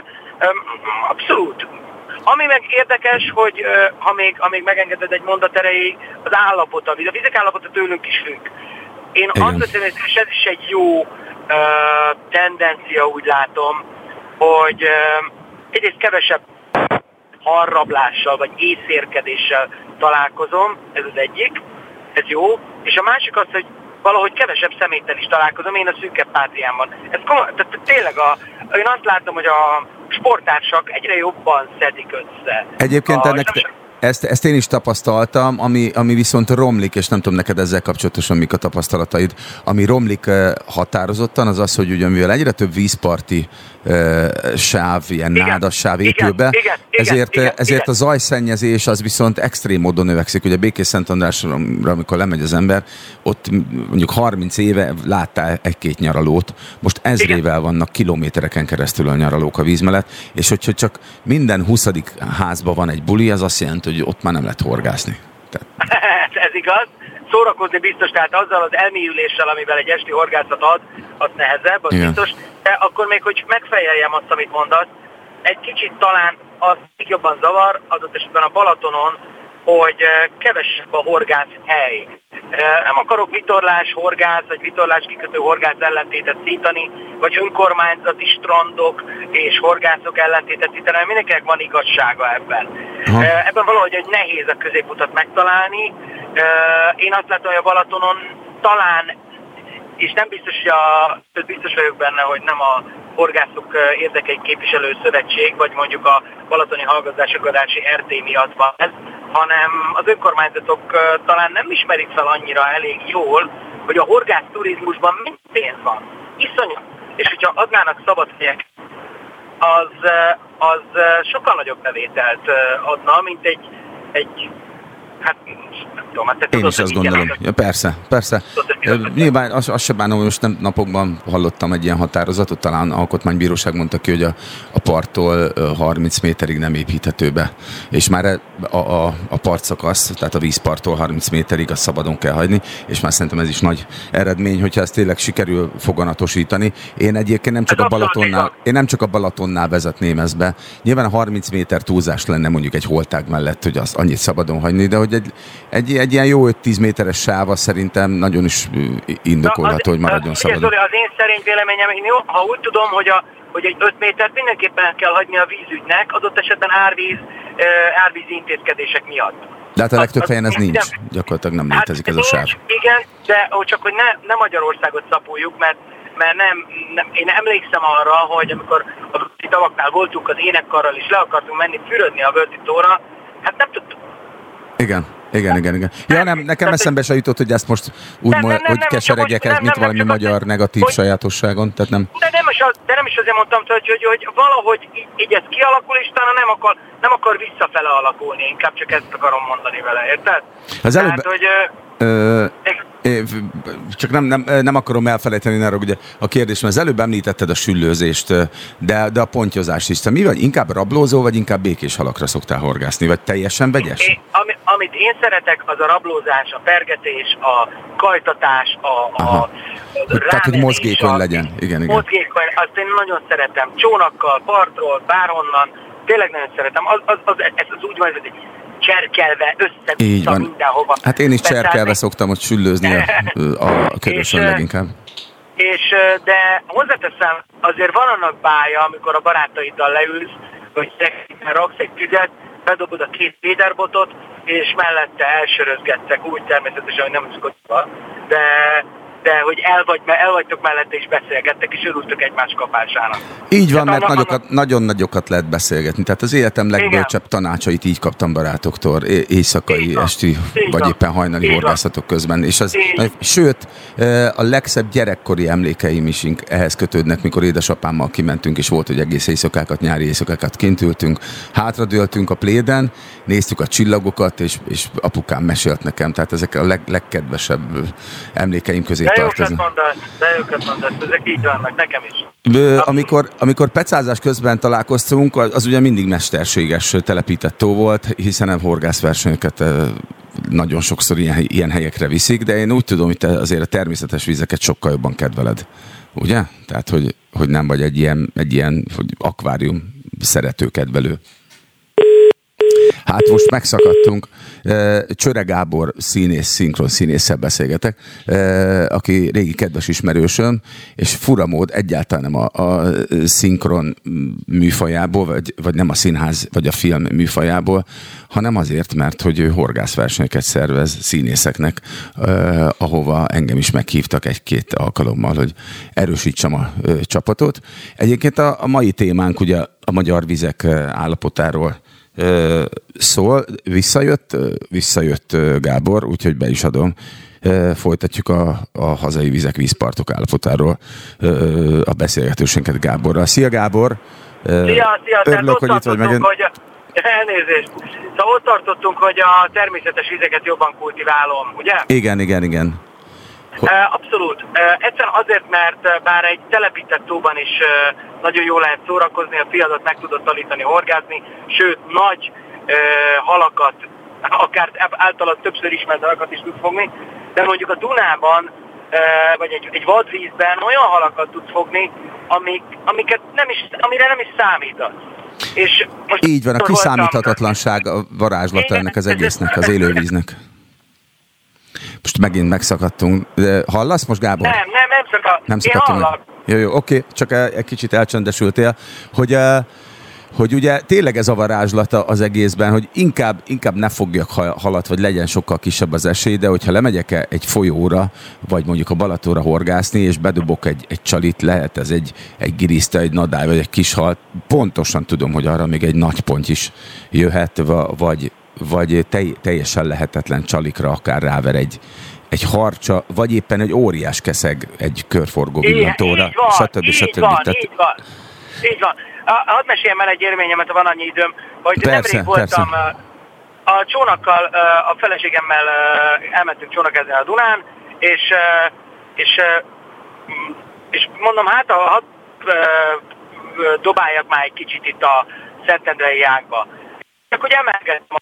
abszolút. Ami meg érdekes, hogy ha még megengeded egy mondat erejéig, az állapota, a vizek állapota tőlünk is függ. Én azt hiszem, hogy ez is egy jó tendencia, úgy látom, hogy egyrészt kevesebb harrablással vagy észérkedéssel találkozom, ez az egyik, ez jó, és a másik az, hogy valahogy kevesebb szeméttel is találkozom, én a szűkebb pátriámban. Tehát tényleg én azt látom, hogy a sporttársak egyre jobban szedik össze. Egyébként ezt én is tapasztaltam, ami viszont romlik, és nem tudom neked ezzel kapcsolatosan mik a tapasztalataid, ami romlik határozottan, az az, hogy ugyan mivel egyre több vízparti sáv, ilyen nádas sáv épül be, ezért a zajszennyezés az viszont extrém módon növekszik. Ugye Békés-Szentandrásra, amikor lemegy az ember, ott mondjuk 30 éve láttál 1-2 nyaralót, most ezrével vannak kilométereken keresztül a nyaralók a víz mellett, és hogyha csak minden 20. házban van egy buli, az azt jelenti, hogy ott már nem lehet horgászni. Ez igaz. Szórakozni biztos, tehát azzal az elmélyüléssel, amivel egy esti horgászat ad, az nehezebb, az biztos. De akkor még, hogy megfejeljem azt, amit mondasz, egy kicsit talán az jobban zavar, adott esetben a Balatonon, hogy kevesebb a horgász hely. Nem akarok vitorlás horgász, vagy vitorlás kikötő horgász ellentétet szítani, vagy önkormányzati strandok és horgászok ellentétet szítani, mert mindenkinek van igazsága ebben. Ebben valahogy egy nehéz a középutat megtalálni. Én azt látom, hogy a Balatonon talán, és nem biztos vagyok benne, hogy nem a horgászok érdekei képviselő szövetség, vagy mondjuk a balatoni hallgatásogadási RT miatt van ez, hanem az önkormányzatok talán nem ismerik fel annyira elég jól, hogy a horgász turizmusban mind pénz van. Iszonyat. És hogyha adnának szabad helyek, az sokkal nagyobb bevételt adna, mint egy hát nem tudom. Hát én is azt gondolom. Ja, persze. Nyilván azt sem bánom, hogy most nem napokban hallottam egy ilyen határozatot, talán alkotmánybíróság mondta ki, hogy a parttól 30 méterig nem építhető be. És már a partszakasz, tehát a vízparttól 30 méterig azt szabadon kell hagyni, és már szerintem ez is nagy eredmény, hogyha ezt tényleg sikerül foganatosítani. Én egyébként nem csak a Balatonnál vezetném ezt be. Nyilván a 30 méter túlzás lenne mondjuk egy holtág mellett, hogy azt annyit szabadon hagyni, de hogy egy ilyen jó 5-10 méteres sáva szerintem nagyon is indokolható, hogy maradjon szabadon. Az én szerint véleményem, ha úgy tudom, hogy egy 5 métert mindenképpen kell hagyni a vízügynek, adott esetben árvízi intézkedések miatt. De hát a legtöbb helyen ez nincs. Gyakorlatilag nem létezik ez a sáv. Igen, de csak hogy ne Magyarországot szapuljuk, mert én emlékszem arra, hogy amikor a Völti tavaknál voltunk az énekkarral és le akartunk menni fürödni a Völti tóra, hát nem tudtuk. Igen. Ja, nem, nekem eszembe se jutott, hogy ezt most úgy hogy keseregjek ez, mint valami magyar negatív sajátosságon, tehát nem. De nem is azért mondtam, hogy valahogy így ez kialakul, és talán nem akar visszafele alakulni, inkább csak ezt akarom mondani vele, érted? Az előbb... Tehát, hogy... Csak nem akarom elfelejteni arra, ugye a kérdésem, az előbb említetted a süllőzést, de a pontyozást is. Te mi vagy? Inkább rablózó, vagy inkább békés halakra szoktál horgászni? Vagy teljesen vegyes? Amit én szeretek, az a rablózás, a pergetés, a kajtatás, a tehát, hogy mozgékony legyen. Igen. Mozgékony, azt én nagyon szeretem. Csónakkal, partról, bárhonnan. Tényleg nagyon szeretem. Ez az úgy van, hogy cserkelve, össze-vissza mindenhova. Hát én is cserkelve szoktam ott süllőzni a körösön leginkább. De hozzáteszem, azért van annak bája, amikor a barátaiddal leülsz, hogy raksz egy tüzet, bedobod a 2 féderbotot, és mellette elsörözgettek úgy természetesen, hogy nem szkodva, de hogy el vagytok mellette és beszélgettek, és örültök egymás kapásának. Így van, mert nagyon nagyokat lehet beszélgetni. Tehát az életem legbölcsebb tanácsait így kaptam barátoktól, éjszakai, esti, vagy éppen hajnali horgászatok közben. És sőt, a legszebb gyerekkori emlékeim is ehhez kötődnek, mikor édesapámmal kimentünk, és volt, hogy egész éjszakákat, nyári éjszakákat kint ültünk, hátradőltünk a pléden, néztük a csillagokat, és apukám mesélt nekem. Tehát ezek a legkedvesebb emlékeim közé tartoznak. De őket mondasz, ezek így vannak, nekem is. Amikor pecázás közben találkoztunk, az ugye mindig mesterséges telepített tó volt, hiszen nem horgászversenyeket nagyon sokszor ilyen helyekre viszik, de én úgy tudom, hogy te azért a természetes vizeket sokkal jobban kedveled. Ugye? Tehát, hogy nem vagy egy ilyen hogy akvárium szerető, kedvelő. Hát most megszakadtunk. Csöre Gábor szinkron színésszel beszélgetek, aki régi kedves ismerősöm, és fura mód egyáltalán nem a szinkron műfajából, vagy nem a színház, vagy a film műfajából, hanem azért, mert hogy ő horgászversenyeket szervez színészeknek, ahova engem is meghívtak 1-2 alkalommal, hogy erősítsem a csapatot. Egyébként a mai témánk ugye a magyar vizek állapotáról szól, visszajött Gábor, úgyhogy be is adom. Folytatjuk a hazai vizek, vízpartok állapotáról a beszélgetésünket Gáborral. Szia Gábor! Szia! Örülök, hogy itt vagy megint. Elnézést! Szóval ott tartottunk, hogy a természetes vizeket jobban kultiválom, ugye? Igen. Abszolút. Egyszerűen azért, mert bár egy telepített tóban is nagyon jól lehet szórakozni, a fiadat meg tudod tanítani horgászni, sőt, nagy halakat, akár általad többször ismert halakat is tudsz fogni, de mondjuk a Dunában, vagy egy vadvízben olyan halakat tudsz fogni, amire nem is számítasz. És most így van, a kiszámíthatatlanság a varázslata ennek az egésznek, az élővíznek. Most megint megszakadtunk. Hallasz most, Gábor? Nem szakadtunk. Nem szakadtunk. Jó, oké, csak egy kicsit elcsendesültél, hogy ugye tényleg ez a varázslata az egészben, hogy inkább ne fogjak halat, vagy legyen sokkal kisebb az esély, de hogyha lemegyek egy folyóra, vagy mondjuk a Balatonra horgászni, és bedobok egy csalit, lehet ez egy giriszta, egy nadály, vagy egy kis hal, pontosan tudom, hogy arra még egy nagy pont is jöhet, vagy teljesen lehetetlen csalikra akár ráver egy harcsa, vagy éppen egy óriás keszeg egy körforgó villantóra, stb. Így van. Hadd meséljem el egy élményemet, ha van annyi időm, hogy nemrég voltam a csónakkal, a feleségemmel elmentünk csónakezni a Dunán, és mondom, hadd dobáljak már egy kicsit itt a Szentendrei ágba. Csak hogy emelkedtem.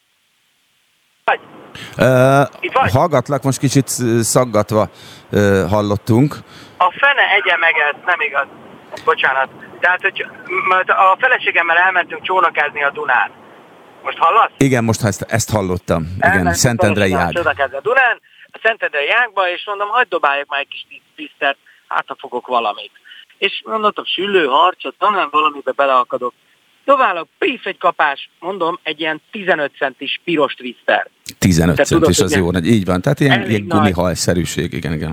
Hallgatlak, most kicsit szaggatva hallottunk. A fene egye meg ez, nem igaz. Bocsánat. Tehát, hogy a feleségemmel elmentünk csónakázni a Dunán. Most hallasz? Igen, most ezt hallottam. Igen, Szentendrei ág. Csónakázni a Dunán, a Szentendrei ágba, és mondom, hagyd dobáljak már egy kis tisztert, hát ha fogok valamit. És mondottam, süllő, harcsot, talán valamibe beleakadok. Dobálok, pif, egy kapás, mondom, egy ilyen 15 centis piros twister. 15 centis, az jó nagy, így van. Tehát ilyen gumihalszerűség, igen.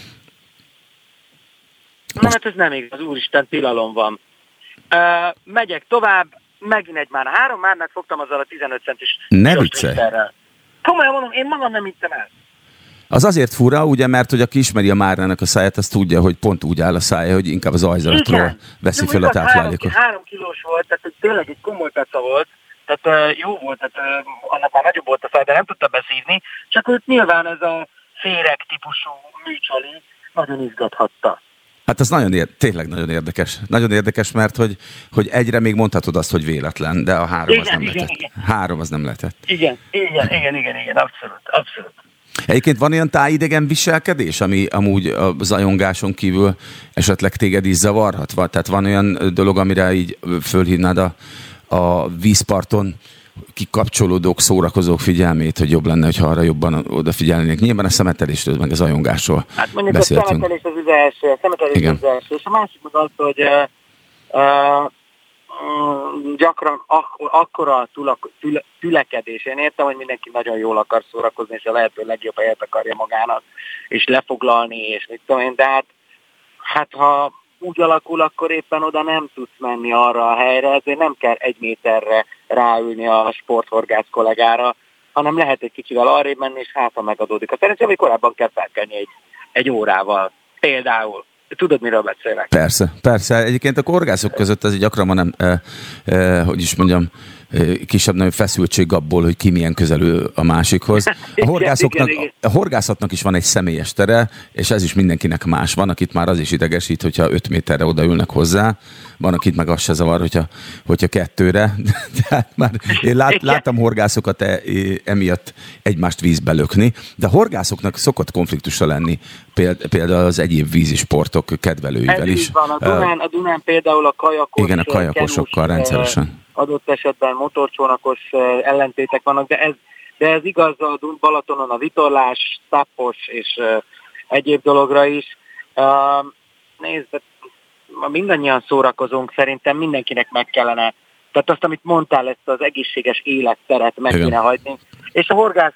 Na hát ez nem igaz, úristen, tilalom van. Megyek tovább, megint egy már 3 márnát fogtam azzal a 15 centis piros twisterrel. Komolyan mondom, én magam nem hittem el. Az azért fura, ugye, mert hogy aki ismeri a márnának a száját, az tudja, hogy pont úgy áll a szája, hogy inkább az ajzatról veszi föl a táplálékot. 3 kilós volt, tehát tényleg egy komoly peca volt, tehát jó volt, tehát annak már nagyobb volt a száj, de nem tudta beszívni, csak őt nyilván ez a féreg típusú műcsali nagyon izgathatta. Hát ez tényleg nagyon érdekes. Nagyon érdekes, mert hogy egyre még mondhatod azt, hogy véletlen, de a 3 az nem lehetett. 3 az nem lehetett. Igen, abszolút. Egyébként van olyan tájidegen viselkedés, ami amúgy a zajongáson kívül esetleg téged is zavarhat? Tehát van olyan dolog, amire így fölhívnád a vízparton kikapcsolódók, szórakozók figyelmét, hogy jobb lenne, hogyha arra jobban odafigyelnék. Nyilván a szemetelésről, meg a zajongásról hát mondjuk beszéltünk. A szemetelés az első, és a másik meg az, hogy gyakran akkora tülekedés. Én értem, hogy mindenki nagyon jól akar szórakozni, és a lehető legjobb helyet akarja magának, és lefoglalni, és mit tudom én, de hát ha úgy alakul, akkor éppen oda nem tudsz menni arra a helyre, ezért nem kell 1 méterre ráülni a sporthorgász kollégára, hanem lehet egy kicsivel arrébb menni, és ha megadódik. A szerencsém, hogy korábban kell felkelni egy órával. Például. Tudod, miről beszélek? Persze. Egyébként a horgászok között ez gyakran van, hogy is mondjam, kisebb-nagyobb feszültség abból, hogy ki milyen közelül a másikhoz. A horgászatnak is van egy személyes tere, és ez is mindenkinek más. Van, akit már az is idegesít, hogyha 5 méterre odaülnek hozzá, van, akit meg az se zavar, hogyha 2-re. Tehát már én láttam horgászokat emiatt egymást vízbe lökni, de a horgászoknak szokott konfliktusa lenni például az egyéb vízisportok kedvelőivel is. Ez van, a Dunán például a kajakos, igen, a kajakosokkal rendszeresen. Adott esetben motorcsónakos ellentétek vannak, de ez igaz a Balatonon a vitorlás, szápos és egyéb dologra is. Nézd, mindannyian szórakozunk, szerintem mindenkinek meg kellene, tehát azt, amit mondtál, ezt az egészséges életteret meg kéne hagyni. És a horgász,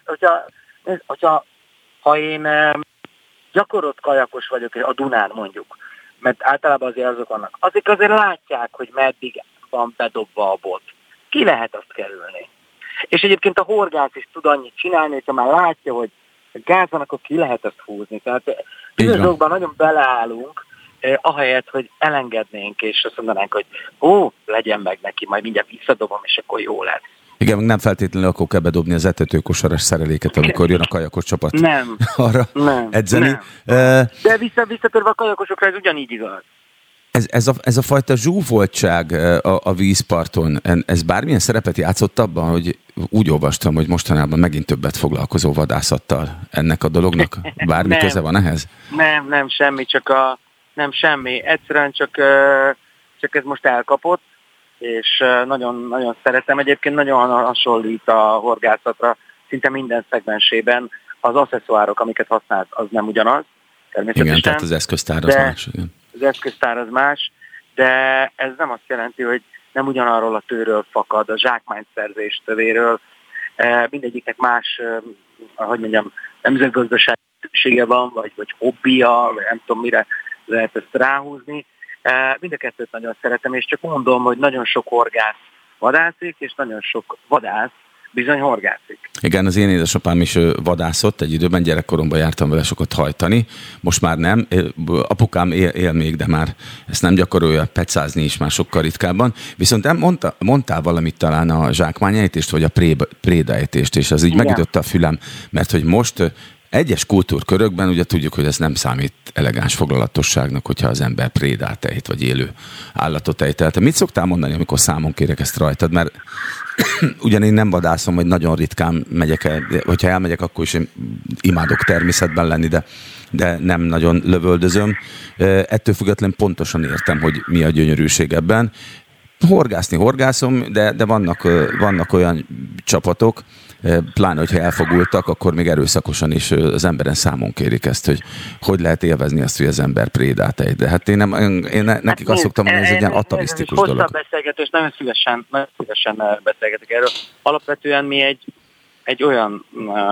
ha én gyakorolt kajakos vagyok, a Dunán mondjuk, mert általában azért azok vannak, azért látják, hogy meddig van bedobva a bot. Ki lehet azt kerülni? És egyébként a horgász is tud annyit csinálni, hogyha már látja, hogy gáz van, akkor ki lehet ezt húzni. Tehát bizonyos dolgokban nagyon beleállunk, ahelyett, hogy elengednénk, és azt mondanánk, hogy legyen meg neki, majd mindjárt visszadobom, és akkor jó lesz. Igen, meg nem feltétlenül akkor kell bedobni az etetőkosaras szereléket, amikor jön a kajakos csapat arra edzeni. Nem. De visszatérve a kajakosokra, ez ugyanígy igaz. Ez a fajta zsúfoltság a vízparton, ez bármilyen szerepet játszott abban, hogy úgy olvastam, hogy mostanában megint többet foglalkozó vadászattal ennek a dolognak? Bármi köze van ehhez? Nem, semmi, nem semmi. Egyszerűen csak ez most elkapott, és nagyon, nagyon szeretem. Egyébként nagyon hasonlít a horgászatra, szinte minden szegmensében. az asszeszoárok, amiket használ, az nem ugyanaz, természetesen. Igen, tehát az eszköztár az más. Igen. Az eszköztár az más, de ez nem azt jelenti, hogy nem ugyanarról a tőről fakad, a zsákmányszerzés tövéről. Mindegyiknek más, nemzetgazdasági szüksége van, vagy hobbija, vagy nem tudom mire lehet ezt ráhúzni. Mind a kettőt nagyon szeretem, és csak mondom, hogy nagyon sok horgász vadászik, és nagyon sok vadász bizony horgászik. Igen, az én édesapám is vadászott, egy időben gyerekkoromban jártam vele sokat hajtani, most már nem, apukám él még, de már ezt nem gyakorolja, pecázni is már sokkal ritkábban, viszont mondtál valamit talán a zsákmányejtést, vagy a prédaejtést, és az így megütötte a fülem, mert hogy most egyes kultúrkörökben ugye tudjuk, hogy ez nem számít elegáns foglalatosságnak, hogyha az ember prédát ejt, vagy élő állatot ejt. Tehát mit szoktál mondani, amikor számon kérek ezt rajtad? Mert ugyan én nem vadászom, vagy nagyon ritkán megyek el, hogyha elmegyek, akkor is én imádok természetben lenni, de nem nagyon lövöldözöm. Ettől függetlenül pontosan értem, hogy mi a gyönyörűség ebben. Horgászom, de vannak olyan csapatok, pláne, hogyha elfogultak, akkor még erőszakosan is az emberen számon kérik ezt, hogy lehet élvezni azt, hogy az ember prédát ejt. De hát én nekik azt szoktam mondani, ez egy ilyen atavisztikus dolog. Hosszabb beszélgetés, nagyon szívesen beszélgetek erről. Alapvetően mi egy olyan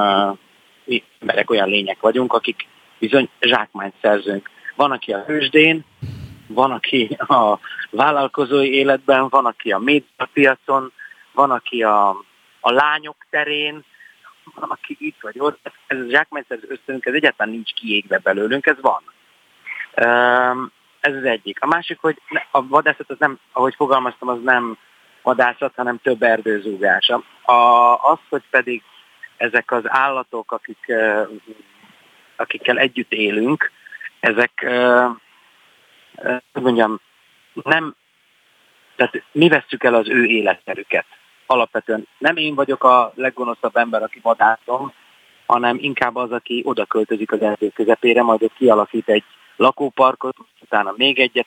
emberek, olyan lények vagyunk, akik bizony zsákmányt szerzünk. Van, aki a hősdén, van, aki a vállalkozói életben, van, aki a médiapiacon, van, aki a lányok terén, van, aki itt vagy ott. Ez a zsákmányszerző ösztönünk, ez egyáltalán nincs kiégve belőlünk, ez van. Ez az egyik. A másik, hogy a vadászat, az nem, ahogy fogalmaztam, az nem vadászat, hanem több erdőzúgás. Az, hogy pedig ezek az állatok, akikkel együtt élünk, ezek, nem, tehát mi vesszük el az ő életterüket. Alapvetően nem én vagyok a leggonoszabb ember, aki vadászom, hanem inkább az, aki oda költözik az erdő közepére, majd ott kialakít egy lakóparkot, utána még egyet.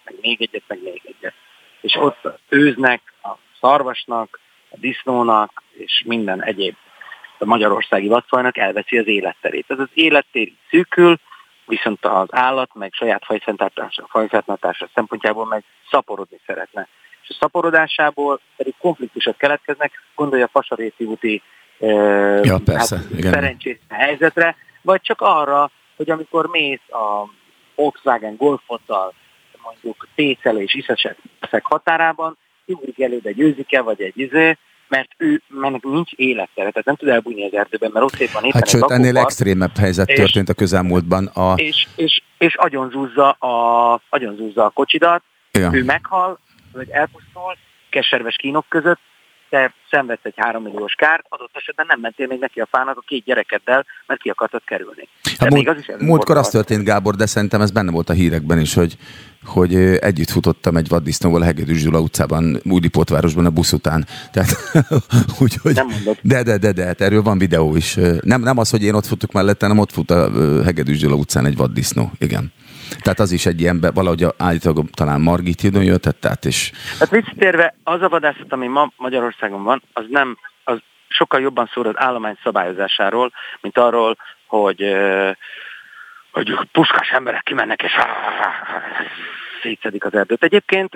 És ott őznek a szarvasnak, a disznónak és minden egyéb a magyarországi vadfajnak elveszi az életterét. Ez az élettér szűkül, viszont az állat meg saját fajfenntartása szempontjából meg szaporodni szeretne. És a szaporodásából pedig konfliktusok keletkeznek, gondolja a Fasaréti úti szerencsés helyzetre, vagy csak arra, hogy amikor mész a Volkswagen Golfoddal, mondjuk Técel és Iszeszek határában, ugrik előbb egy őzike, vagy egy mert mennek nincs élettere, tehát nem tud elbújni az erdőben, mert ott szép van éppen sőt, ennél extrémebb helyzet történt a közelmúltban. És agyonzúzza a kocsidat, ő meghal, vagy elpusztul, keserves kínok között, te szenvedsz egy 3 milliós kárt, adott esetben nem mentél még neki a fának a 2 gyerekeddel, mert ki akartad kerülni. Múltkor az történt, Gábor, de szerintem ez benne volt a hírekben is, hogy együtt futottam egy vaddisznóval a Hegedűs Gyula utcában, Újlipótvárosban a busz után. Tehát, úgyhogy, nem mondod. De, hát erről van videó is. Nem az, hogy én ott futok mellette, hanem ott fut a Hegedűs Gyula utcán egy vaddisznó. Igen. Tehát az is egy ilyen, valahogy állítólag talán Margit hídon jöhetett át, és... Hát visszatérve, az a vadászat, ami ma Magyarországon van, az sokkal jobban szól az állomány szabályozásáról, mint arról, hogy puskás emberek kimennek, és szétszedik az erdőt. Egyébként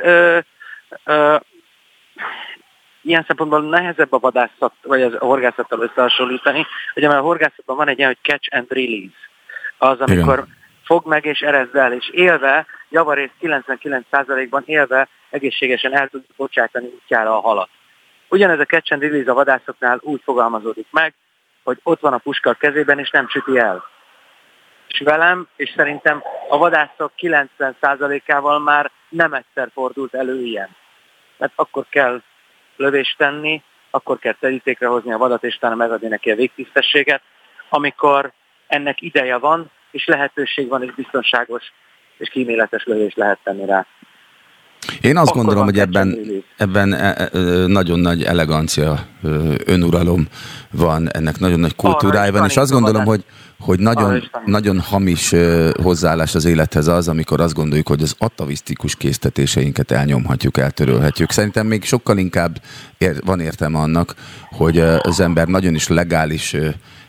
ilyen szempontból nehezebb a vadászat, vagy a horgászattal összehasonlítani, ugye mert a horgászatban van egy ilyen, hogy catch and release. Az, amikor fogd meg és erezd el, és élve, javarészt 99%-ban élve egészségesen el tud bocsátani útjára a halat. Ugyanez a catch and release a vadászoknál úgy fogalmazódik meg, hogy ott van a puska a kezében, és nem süti el. És velem, és szerintem a vadászok 90%-ával már nem egyszer fordult elő ilyen. Mert akkor kell lövést tenni, akkor kell terítékre hozni a vadat, és utána megadni neki a végtisztességet, amikor ennek ideje van, és lehetőség van, és biztonságos, és kíméletes lövés lehet tenni rá. Én azt gondolom, hogy ebben nagyon nagy elegancia, önuralom van, ennek nagyon nagy kultúrája van, és azt gondolom, hogy nagyon hamis hozzáállás az élethez az, amikor azt gondoljuk, hogy az atavisztikus késztetéseinket elnyomhatjuk, eltörölhetjük. Szerintem még sokkal inkább van értelme annak, hogy az ember nagyon is legális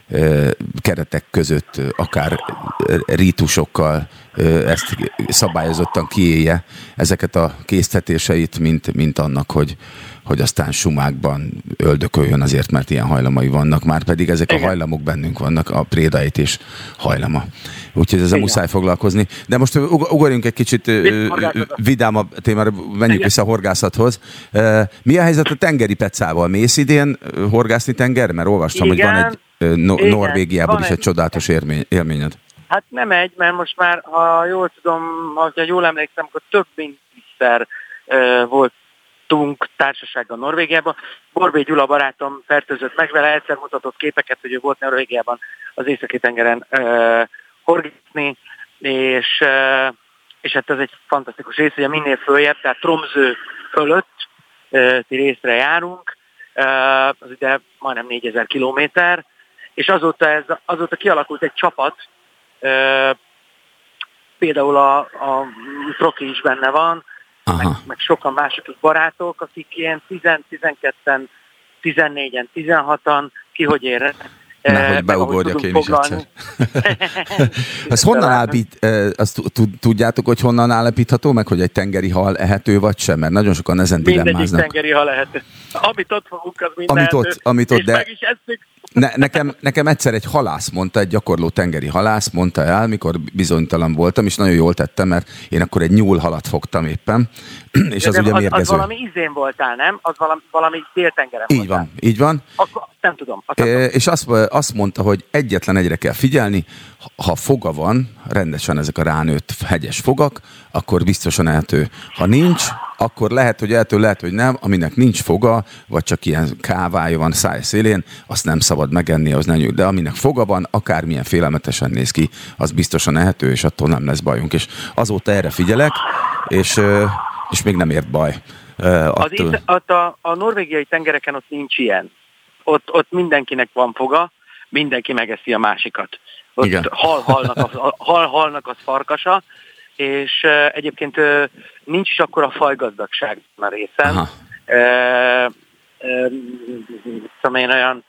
keretek között, akár rítusokkal ezt szabályozottan kiélje ezeket a késztetéseit, mint annak, hogy aztán sumákban öldököljön azért, mert ilyen hajlamai vannak, már pedig ezek a hajlamok bennünk vannak, a prédaejtés hajlama. Úgyhogy ezzel muszáj foglalkozni. De most ugorjunk egy kicsit vidámabb témára, menjünk vissza a horgászathoz. Mi a helyzet a tengeri pecával? Mész idén horgászni tenger? Mert olvastam, hogy van egy Norvégiában is egy csodálatos élményed. Hát nem egy, mert most már, ha jól tudom, ha jól emlékszem, akkor több mint 10-szer voltunk társasággal Norvégiában. Borbély Gyula barátom fertőzött meg vele, egyszer mutatott képeket, hogy ő volt Norvégiában az Északi-tengeren horgászni, és hát ez egy fantasztikus rész, ugye minél följebb, tehát Tromsø fölötti részre járunk, az ugye majdnem 4000 kilométer, és azóta kialakult egy csapat, például a Proki is benne van, meg sokan mások barátok, akik ilyen 10-12-en, 14-en, 16-an, ki hogy érre. Nehogy beugorjak én is egyszer. Azt honnan azt tudjátok, hogy honnan állapítható meg, hogy egy tengeri hal ehető vagy sem? Mert nagyon sokan ezen dilemmáznak. Mindegyik tengeri hal ehető. Amit ott fogunk, az minden amit ott, de meg is eszünk. Nekem egyszer egy halász mondta, egy gyakorló tengeri halász mondta el, mikor bizonytalan voltam, és nagyon jól tettem, mert én akkor egy nyúlhalat fogtam éppen, és az ugye mérgező. Az valami izén voltál, nem? Az valami déltengeren voltál. Így van. Akkor nem tudom. És azt mondta, hogy egyetlen egyre kell figyelni, ha foga van, rendesen ezek a ránőtt hegyes fogak, akkor biztosan ehető. Ha nincs, akkor lehet, hogy ehető, lehet, hogy nem, aminek nincs foga, vagy csak ilyen kávája van száj szélén, azt nem szabad megenni, az nem jó. De aminek foga van, akármilyen félelmetesen néz ki, az biztosan ehető, és attól nem lesz bajunk. És azóta erre figyelek, és még nem ért baj. A norvégiai tengereken ott nincs ilyen. Ott mindenkinek van foga, mindenki megeszi a másikat. Ott halnak az farkasa, és egyébként nincs is akkora fajgazdagság a részen. Szóval én olyan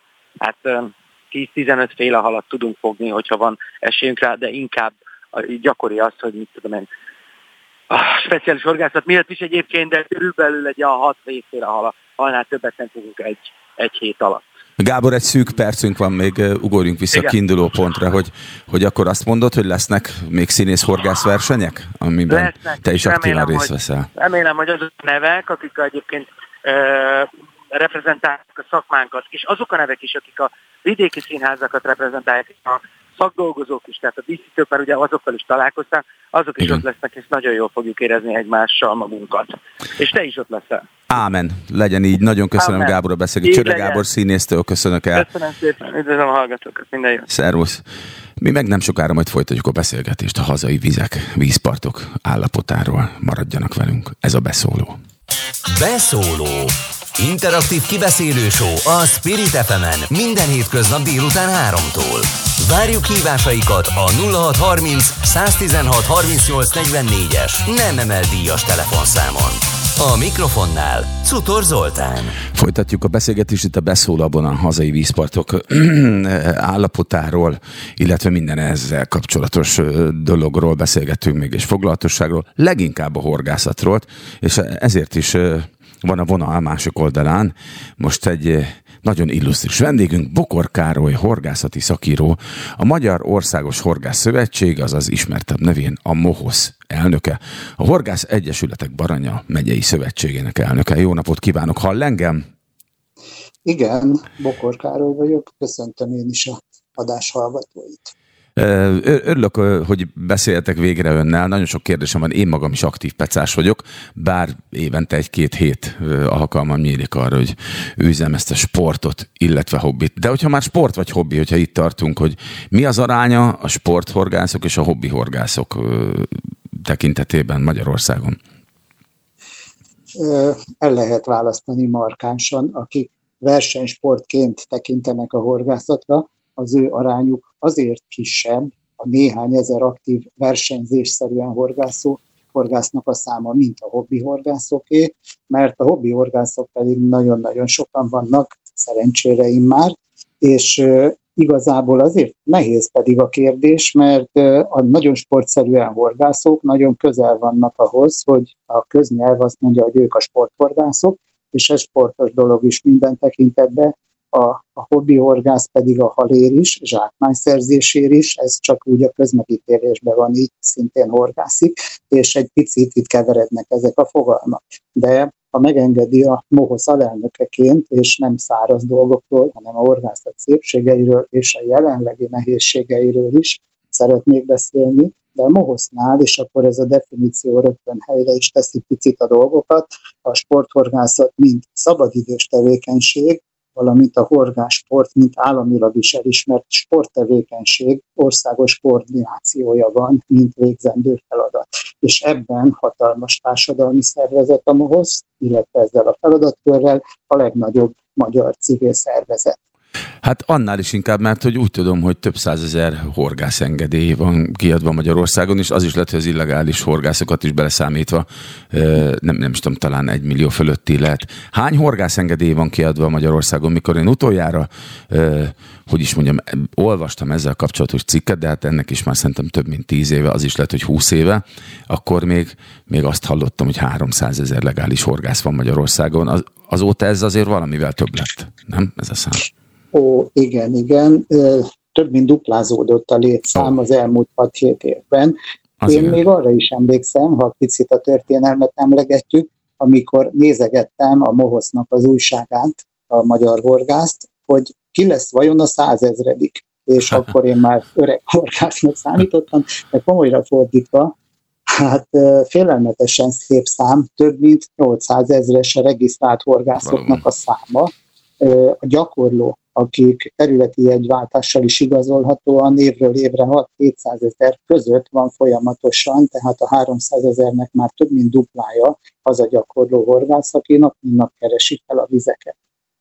10-15 féle halat tudunk fogni, hogyha van esélyünk rá, de inkább gyakori az, hogy mit tudom én, a speciális horgászat miatt is egyébként, de körülbelül egy 6 féle halnál többet nem fogunk egy hét alatt. Gábor, egy szűk percünk van, még ugorjunk vissza a kiinduló pontra, hogy akkor azt mondod, hogy lesznek még színész-horgász versenyek, amiben lesznek, te is aktívan részt veszel? Remélem, hogy azok a nevek, akik egyébként reprezentálják a szakmánkat, és azok a nevek is, akik a vidéki színházakat reprezentálják, a szakdolgozók is, tehát a díszítők, mert ugye azokkal is találkoztál, azok is ott lesznek, és nagyon jól fogjuk érezni egymással magunkat. És te is ott leszel. Ámen. Legyen így. Nagyon köszönöm, Gábor, a beszélgetést. Csöre Gábor színésztől köszönök el. Köszönöm szépen. Üdvözlöm a hallgatókat. Minden jó. Szervusz. Mi meg nem sokára majd folytatjuk a beszélgetést a hazai vizek, vízpartok állapotáról. Maradjanak velünk. Ez a Beszóló. Beszóló. Interaktív kibeszélő show a Spirit FM-en minden hétköznap délután 3-tól. Várjuk hívásaikat a 0630 116 38 44-es nem emel díjas telefonszámon. A mikrofonnál Czutor Zoltán. Folytatjuk a beszélgetést itt a Beszólóban a hazai vízpartok állapotáról, illetve minden ezzel kapcsolatos dologról beszélgetünk még, és foglalatosságról, leginkább a horgászatról, és ezért is van a vonal másik oldalán most egy nagyon illusztris vendégünk, Bokor Károly, horgászati szakíró, a Magyar Országos Horgász Szövetség, azaz ismertebb nevén a MOHOSZ elnöke, a Horgász Egyesületek Baranya megyei szövetségének elnöke. Jó napot kívánok, hall engem? Igen, Bokor Károly vagyok, köszöntöm én is a adás hallgatóit. Örülök, hogy beszéltek végre önnel. Nagyon sok kérdésem van, én magam is aktív pecás vagyok, bár évente 1-2 hét alkalmam nyílik arra, hogy űzzem ezt a sportot, illetve hobbit. De hogyha már sport vagy hobbi, hogyha itt tartunk, hogy mi az aránya a sporthorgászok és a hobbihorgászok tekintetében Magyarországon? El lehet választani markánsan, akik versenysportként tekintenek a horgászatra, az ő arányuk azért kisebb, a néhány ezer aktív versenyzésszerűen horgásznak a száma, mint a hobbi horgászoké, mert a hobbi horgászok pedig nagyon-nagyon sokan vannak, szerencsére immár, és Igazából azért nehéz pedig a kérdés, mert a nagyon sportszerűen horgászók nagyon közel vannak ahhoz, hogy a köznyelv azt mondja, hogy ők a sporthorgászok, és ez sportos dolog is minden tekintetben. A hobbi horgász pedig a halér is, zsákmányszerzésért is, ez csak úgy a közmegítélésben van, így szintén horgászik, és egy picit itt keverednek ezek a fogalmak. De ha megengedi, a MOHOSZ alelnökeként, és nem száraz dolgokról, hanem a horgászat szépségeiről és a jelenlegi nehézségeiről is szeretnék beszélni, de a MOHOSZ-nál, és akkor ez a definíció rögtön helyre is teszi picit a dolgokat, a sporthorgászat mint szabadidős tevékenység, valamint a horgászsport, mint államilag is elismert sporttevékenység országos koordinációja van, mint végzendő feladat. És ebben hatalmas társadalmi szervezet a MOHOSZ, illetve ezzel a feladatkörrel a legnagyobb magyar civil szervezet. Hát annál is inkább, mert hogy úgy tudom, hogy több százezer horgászengedély van kiadva Magyarországon, és az is lehet, hogy az illegális horgászokat is beleszámítva, nem tudom, talán 1 millió fölötti lehet. Hány horgászengedély van kiadva Magyarországon? Mikor én utoljára, olvastam ezzel kapcsolatos cikket, de hát ennek is már szerintem több mint 10 éve, az is lehet, hogy 20 éve, akkor még azt hallottam, hogy 300 000 legális horgász van Magyarországon. Azóta ez azért valamivel több lett, nem? Ez a szám. Ó, igen. Több mint duplázódott a létszám az elmúlt 6-7 évben. Én még arra is emlékszem, ha picit a történelmet emlegetjük, amikor nézegettem a MOHOSZ-nak az újságát, a Magyar Horgászt, hogy ki lesz vajon a 100 000. És akkor én már öreg horgásznak számítottam, de komolyra fordítva, hát félelmetesen szép szám, több mint 800 000-es a regisztrált horgászoknak a száma. A gyakorló, akik területi jegyváltással is igazolhatóan évről évre 6-700 000 között van folyamatosan, tehát a 300 000-nek már több mint duplája az a gyakorló horgász, aki nap mint nap keresi fel a vizeket.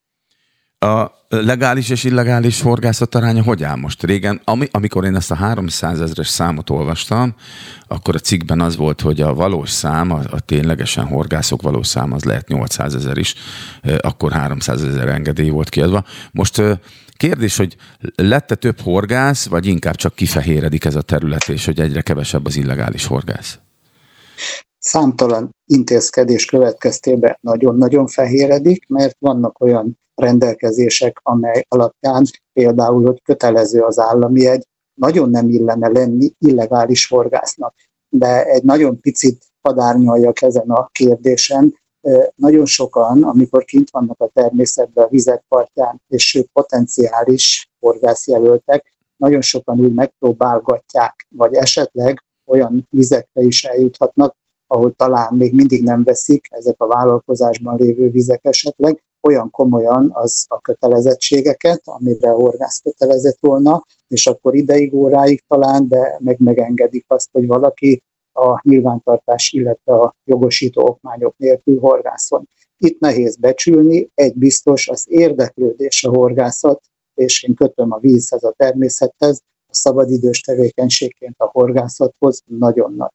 A legális és illegális horgászat aránya hogy áll most? Régen, amikor én ezt a 300 000-es számot olvastam, akkor a cikkben az volt, hogy a valós szám, a ténylegesen horgászok valós szám, az lehet 800 000 is, akkor 300 000 engedély volt kiadva. Most kérdés, hogy lett-e több horgász, vagy inkább csak kifehéredik ez a terület, és hogy egyre kevesebb az illegális horgász? Számtalan intézkedés következtében nagyon-nagyon fehéredik, mert vannak olyan rendelkezések, amely alapján például, hogy kötelező az állami jegy, nagyon nem illene lenni illegális horgásznak. De egy nagyon picit padárnyaljak ezen a kérdésen. Nagyon sokan, amikor kint vannak a természetben, a vizek partján, és ők potenciális horgászjelöltek, nagyon sokan úgy megpróbálgatják, vagy esetleg olyan vizekre is eljuthatnak, ahol talán még mindig nem veszik, ezek a vállalkozásban lévő vizek esetleg, olyan komolyan az a kötelezettségeket, amire a horgász kötelezett volna, és akkor ideig, óráig talán, de megengedik azt, hogy valaki a nyilvántartás, illetve a jogosító okmányok nélkül horgászon. Itt nehéz becsülni, egy biztos, az érdeklődés a horgászat, és én kötöm a vízhez, a természethez, a szabadidős tevékenységként a horgászathoz nagyon nagy.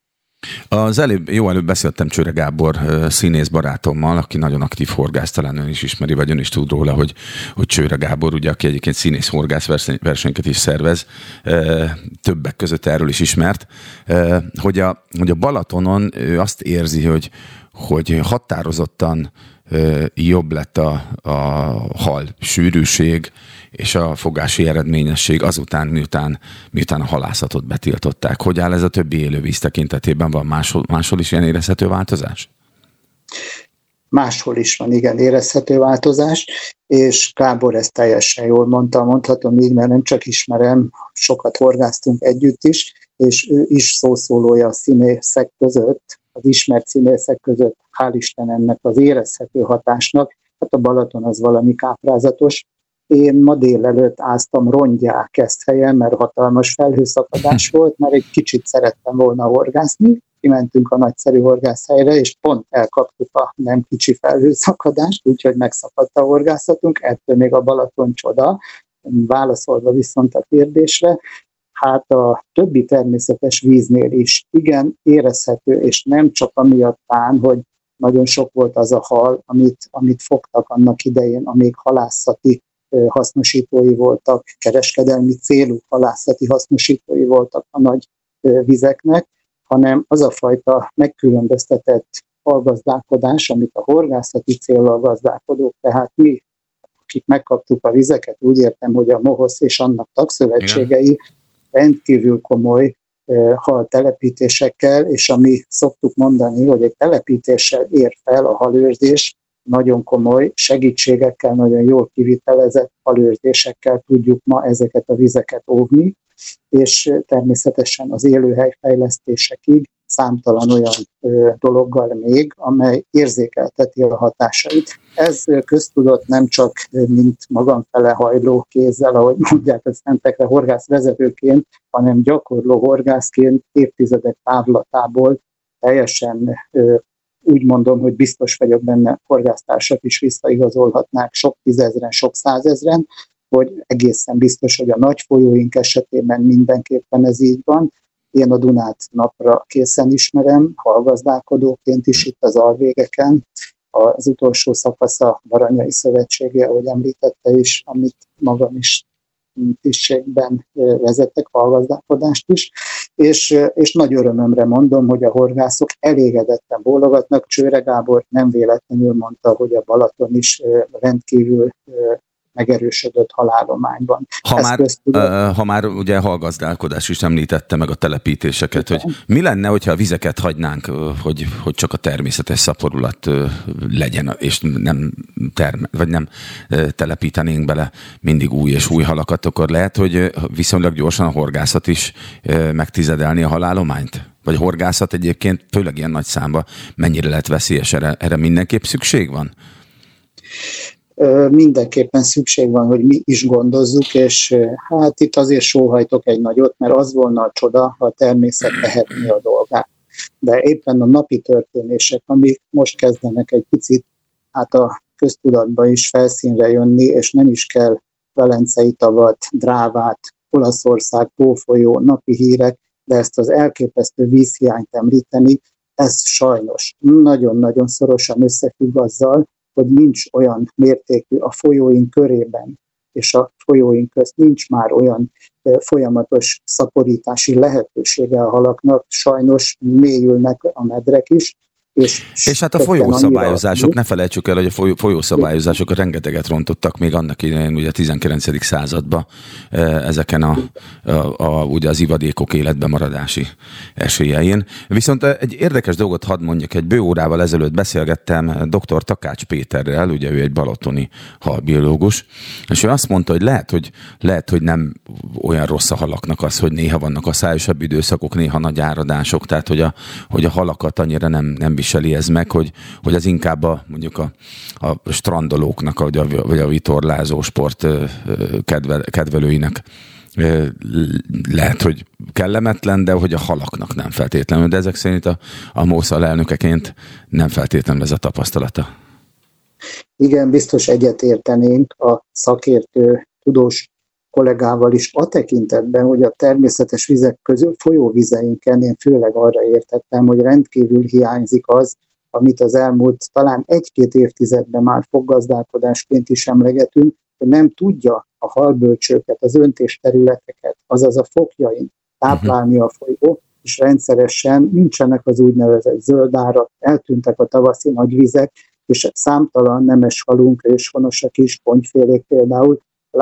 Előbb beszéltem Csőre Gábor színész barátommal, aki nagyon aktív horgász, talán ön is ismeri, vagy ön is tud róla, hogy Csőre Gábor, ugye, aki egyébként színész horgász versenyeket is szervez, többek között erről is ismert, hogy a Balatonon ő azt érzi, hogy határozottan jobb lett a hal sűrűség és a fogási eredményesség azután, miután a halászatot betiltották. Hogy áll ez a többi élővíz tekintetében? Van máshol is ilyen érezhető változás? Máshol is van, igen, érezhető változás, és Gábor ezt teljesen jól mondhatom így, mert nem csak ismerem, sokat horgáztunk együtt is, és ő is szószólója a színészek között, az ismert színészek között, hál' Isten ennek az érezhető hatásnak, hát a Balaton az valami káprázatos. Én ma délelőtt áztam Rongyá Keszthelyen, mert hatalmas felhőszakadás volt, mert egy kicsit szerettem volna horgászni, kimentünk a nagyszerű horgászhelyre, és pont elkaptuk a nem kicsi felhőszakadást, úgyhogy megszakadt a horgászatunk, ettől még a Balaton csoda. Válaszolva viszont a kérdésre, hát a többi természetes víznél is igen érezhető, és nem csak amiattán, hogy nagyon sok volt az a hal, amit fogtak annak idején a még halászati hasznosítói voltak, kereskedelmi célú halászati hasznosítói voltak a nagy vizeknek, hanem az a fajta megkülönböztetett halgazdálkodás, amit a horgászati céllal gazdálkodók, tehát mi, akik megkaptuk a vizeket, úgy értem, hogy a MOHOSZ és annak tagszövetségei rendkívül komoly haltelepítésekkel, és ami szoktuk mondani, hogy egy telepítéssel ér fel a halőrzés, nagyon komoly segítségekkel, nagyon jól kivitelezett halőrzésekkel tudjuk ma ezeket a vizeket óvni, és természetesen az élőhelyfejlesztésekig számtalan olyan dologgal még, amely érzékelteti a hatásait. Ez köztudott nem csak mint magamfele hajló kézzel, ahogy mondják a szentekre horgászvezetőként, hanem gyakorló horgászként évtizedek távlatából teljesen úgy mondom, hogy biztos vagyok benne, horgásztársak is visszaigazolhatnák sok tízezren, sok százezren, hogy egészen biztos, hogy a nagy folyóink esetében mindenképpen ez így van. Én a Dunát napra készen ismerem, halgazdálkodóként is itt az Alvégeken. Az utolsó szakasz a Baranyai Szövetsége, ahogy említette is, amit magam is tisztségben vezettek, halgazdálkodást is, és nagy örömömre mondom, hogy a horgászok elégedetten bólogatnak. Csőre Gábor nem véletlenül mondta, hogy a Balaton is rendkívül megerősödött halálományban. Ha már ugye halgazdálkodás is említette meg a telepítéseket, hogy mi lenne, hogyha a vizeket hagynánk, hogy csak a természetes szaporulat legyen, és nem telepítenénk bele mindig új és új halakat, akkor lehet, hogy viszonylag gyorsan a horgászat is megtizedelni a halálományt? Vagy a horgászat egyébként, főleg ilyen nagy számba, mennyire lehet veszélyes? Erre mindenképp szükség van? Mindenképpen szükség van, hogy mi is gondozzuk, és hát itt azért sóhajtok egy nagyot, mert az volna a csoda, ha a természet tehetné a dolgát. De éppen a napi történések, amik most kezdenek egy picit hát a köztudatba is felszínre jönni, és nem is kell Velencei tavat, Drávát, Olaszország, Pófolyó, napi hírek, de ezt az elképesztő vízhiányt említeni, ez sajnos nagyon-nagyon szorosan összefügg azzal, hogy nincs olyan mértékű a folyóink körében, és a folyóink közt nincs már olyan folyamatos szaporítási lehetősége a halaknak, sajnos mélyülnek a medrek is. És hát a folyószabályozások, ne felejtsük el, hogy a folyószabályozások rengeteget rontottak még annak idején, ugye a 19. században ezeken ugye az ivadékok életben maradási esélyein. Viszont egy érdekes dolgot hadd mondjak, egy bő órával ezelőtt beszélgettem dr. Takács Péterrel, ugye ő egy balatoni halbiológus, és ő azt mondta, hogy lehet, hogy nem olyan rossz a halaknak az, hogy néha vannak a szájosabb időszakok, néha nagy áradások, tehát hogy a halakat annyira nem viseli ez meg, hogy az inkább mondjuk a strandolóknak, vagy a vitorlázó sport kedvelőinek lehet, hogy kellemetlen, de hogy a halaknak nem feltétlenül. De ezek szerint a MOSZAL elnökeként nem feltétlenül ez a tapasztalata. Igen, biztos egyetértenénk a szakértő, tudós kollégával is a tekintetben, hogy a természetes vizek közül, folyóvizeinken én főleg arra értettem, hogy rendkívül hiányzik az, amit az elmúlt talán 1-2 évtizedben már foggazdálkodásként is emlegetünk, hogy nem tudja a halbölcsőket, az öntésterületeket, azaz a fokjain táplálni a folyó, és rendszeresen nincsenek az úgynevezett zöldárak, eltűntek a tavaszi nagyvizek, és számtalan nemes halunk, őshonosak is, pontyfélék például,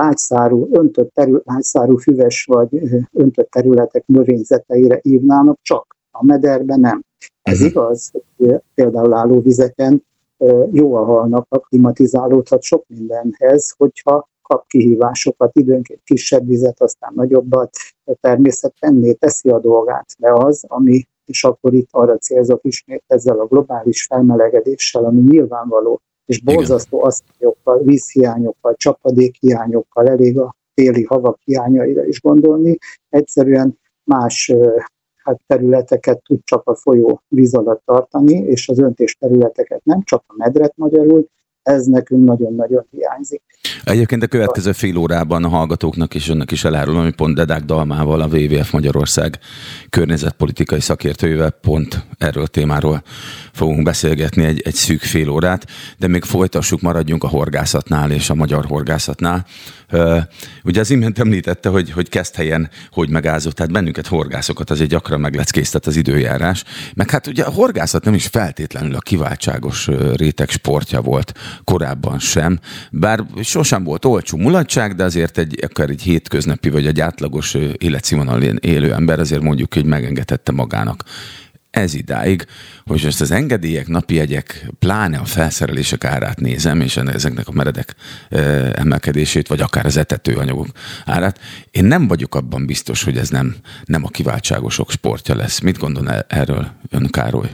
lágyszárú füves vagy öntött területek növényzeteire ívnának, csak a mederben nem. Ez igaz, hogy például állóvizeken jó a halnak, akklimatizálódhat sok mindenhez, hogyha kap kihívásokat, időnként kisebb vizet, aztán nagyobbat, a természet tenné, teszi a dolgát, de az, ami, és akkor itt arra célzok ismét ezzel a globális felmelegedéssel, ami nyilvánvaló, és borzasztó asztályokkal, vízhiányokkal, csapadékhiányokkal, elég a téli havak hiányaira is gondolni, egyszerűen más területeket tud csak a folyó víz alatt tartani, és az öntés területeket nem, csak a medret magyarul, Ez nekünk nagyon-nagyon hiányzik. Egyébként a következő fél órában a hallgatóknak és önnek is elárulom, hogy pont Dedák Dalmával, a WWF Magyarország környezetpolitikai szakértőjével pont erről a témáról fogunk beszélgetni egy szűk fél órát, de még folytassuk, maradjunk a horgászatnál és a magyar horgászatnál. Ugye az imént említette, hogy Keszthelyen hogy megázott, tehát bennünket horgászokat azért gyakran megleckésztet az időjárás, meg hát ugye a horgászat nem is feltétlenül a kiváltságos réteg sportja volt korábban sem, bár sosem volt olcsó mulatság, de azért akár egy hétköznapi vagy egy átlagos életszínvonalon élő ember azért mondjuk, hogy megengedhette magának. Ez idáig, hogy most az engedélyek, napi jegyek, pláne a felszerelések árát nézem, és ezeknek a meredek emelkedését, vagy akár az etetőanyagok árát, én nem vagyok abban biztos, hogy ez nem a kiváltságosok sportja lesz. Mit gondol erről ön, Károly?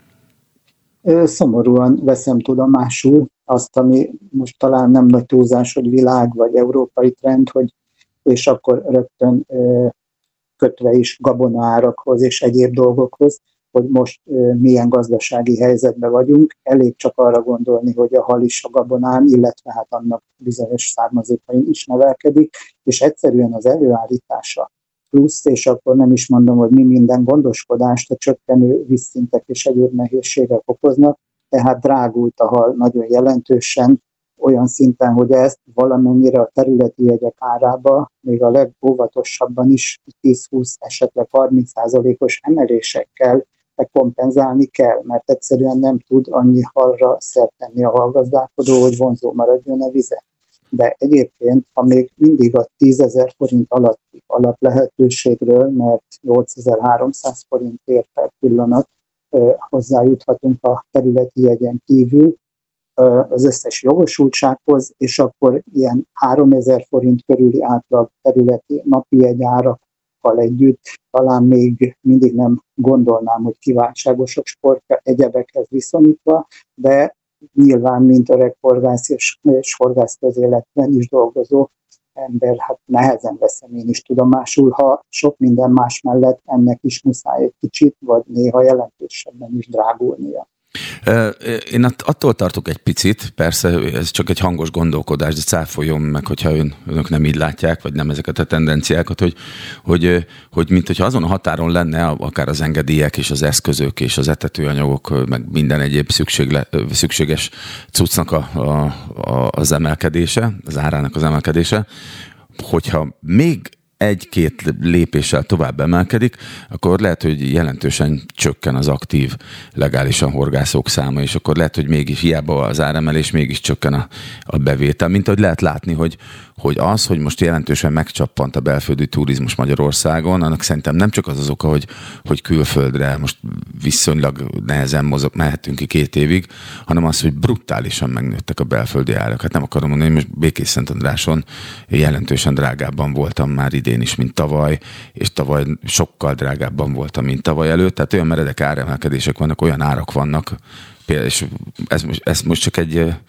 Szomorúan veszem tudomásul azt, ami most talán nem nagy túlzás, hogy világ vagy európai trend, hogy és akkor rögtön kötve is gabonaárakhoz és egyéb dolgokhoz, hogy most milyen gazdasági helyzetben vagyunk. Elég csak arra gondolni, hogy a hal is a gabonán, illetve hát annak bizonyos származékain is nevelkedik, és egyszerűen az előállítása plusz, és akkor nem is mondom, hogy mi minden gondoskodást a csökkenő vízszintek és egyéb nehézségek okoznak, tehát drágult a hal nagyon jelentősen, olyan szinten, hogy ezt valamennyire a területi jegyek árába, még a legóvatosabban is 10-20, esetleg 30%-os emelésekkel kompenzálni kell, mert egyszerűen nem tud annyi halra szert tenni a halgazdálkodó, hogy vonzó maradjon a vize. De egyébként, ha még mindig a 10 000 forint alatti alaplehetőségről, mert 8300 forintért per pillanat hozzájuthatunk a területi jegyen kívül az összes jogosultsághoz, és akkor ilyen 3000 forint körüli átlag területi napi jegyárakkal együtt talán még mindig nem gondolnám, hogy kiváltságosok sportja egyebekhez viszonyítva, de nyilván, mint öreg horgász és horgászközéletben is dolgozó ember, hát nehezen veszem én is tudomásul, ha sok minden más mellett ennek is muszáj egy kicsit, vagy néha jelentősebben is drágulnia. Én attól tartok egy picit, persze ez csak egy hangos gondolkodás, de cáfoljon meg, hogyha önök nem így látják, vagy nem ezeket a tendenciákat, hogy mint hogyha azon a határon lenne akár az engedélyek és az eszközök és az etetőanyagok, meg minden egyéb szükséges cuccnak az emelkedése, az árának az emelkedése, hogyha még egy-két lépéssel tovább emelkedik, akkor lehet, hogy jelentősen csökken az aktív, legálisan horgászók száma, és akkor lehet, hogy mégis hiába az áremelés, mégis csökken a bevétel. Mint ahogy lehet látni, hogy hogy most jelentősen megcsappant a belföldi turizmus Magyarországon, annak szerintem nem csak az oka, hogy külföldre most viszonylag nehezen mehetünk ki 2 évig, hanem az, hogy brutálisan megnőttek a belföldi árak. Hát nem akarom mondani, most Békés-Szentandráson jelentősen drágábban voltam már idén is, mint tavaly, és tavaly sokkal drágábban voltam, mint tavaly előtt. Tehát olyan meredek áremelkedések vannak, olyan árak vannak, és ez most csak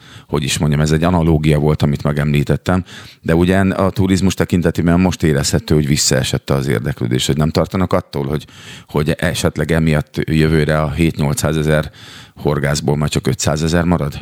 ez egy analógia volt, amit megemlítettem, de ugye a turizmus tekintetében most érezhető, hogy visszaesett az érdeklődés, hogy nem tartanak attól, hogy esetleg emiatt jövőre a 7-800 000 horgászból majd csak 500 000 marad?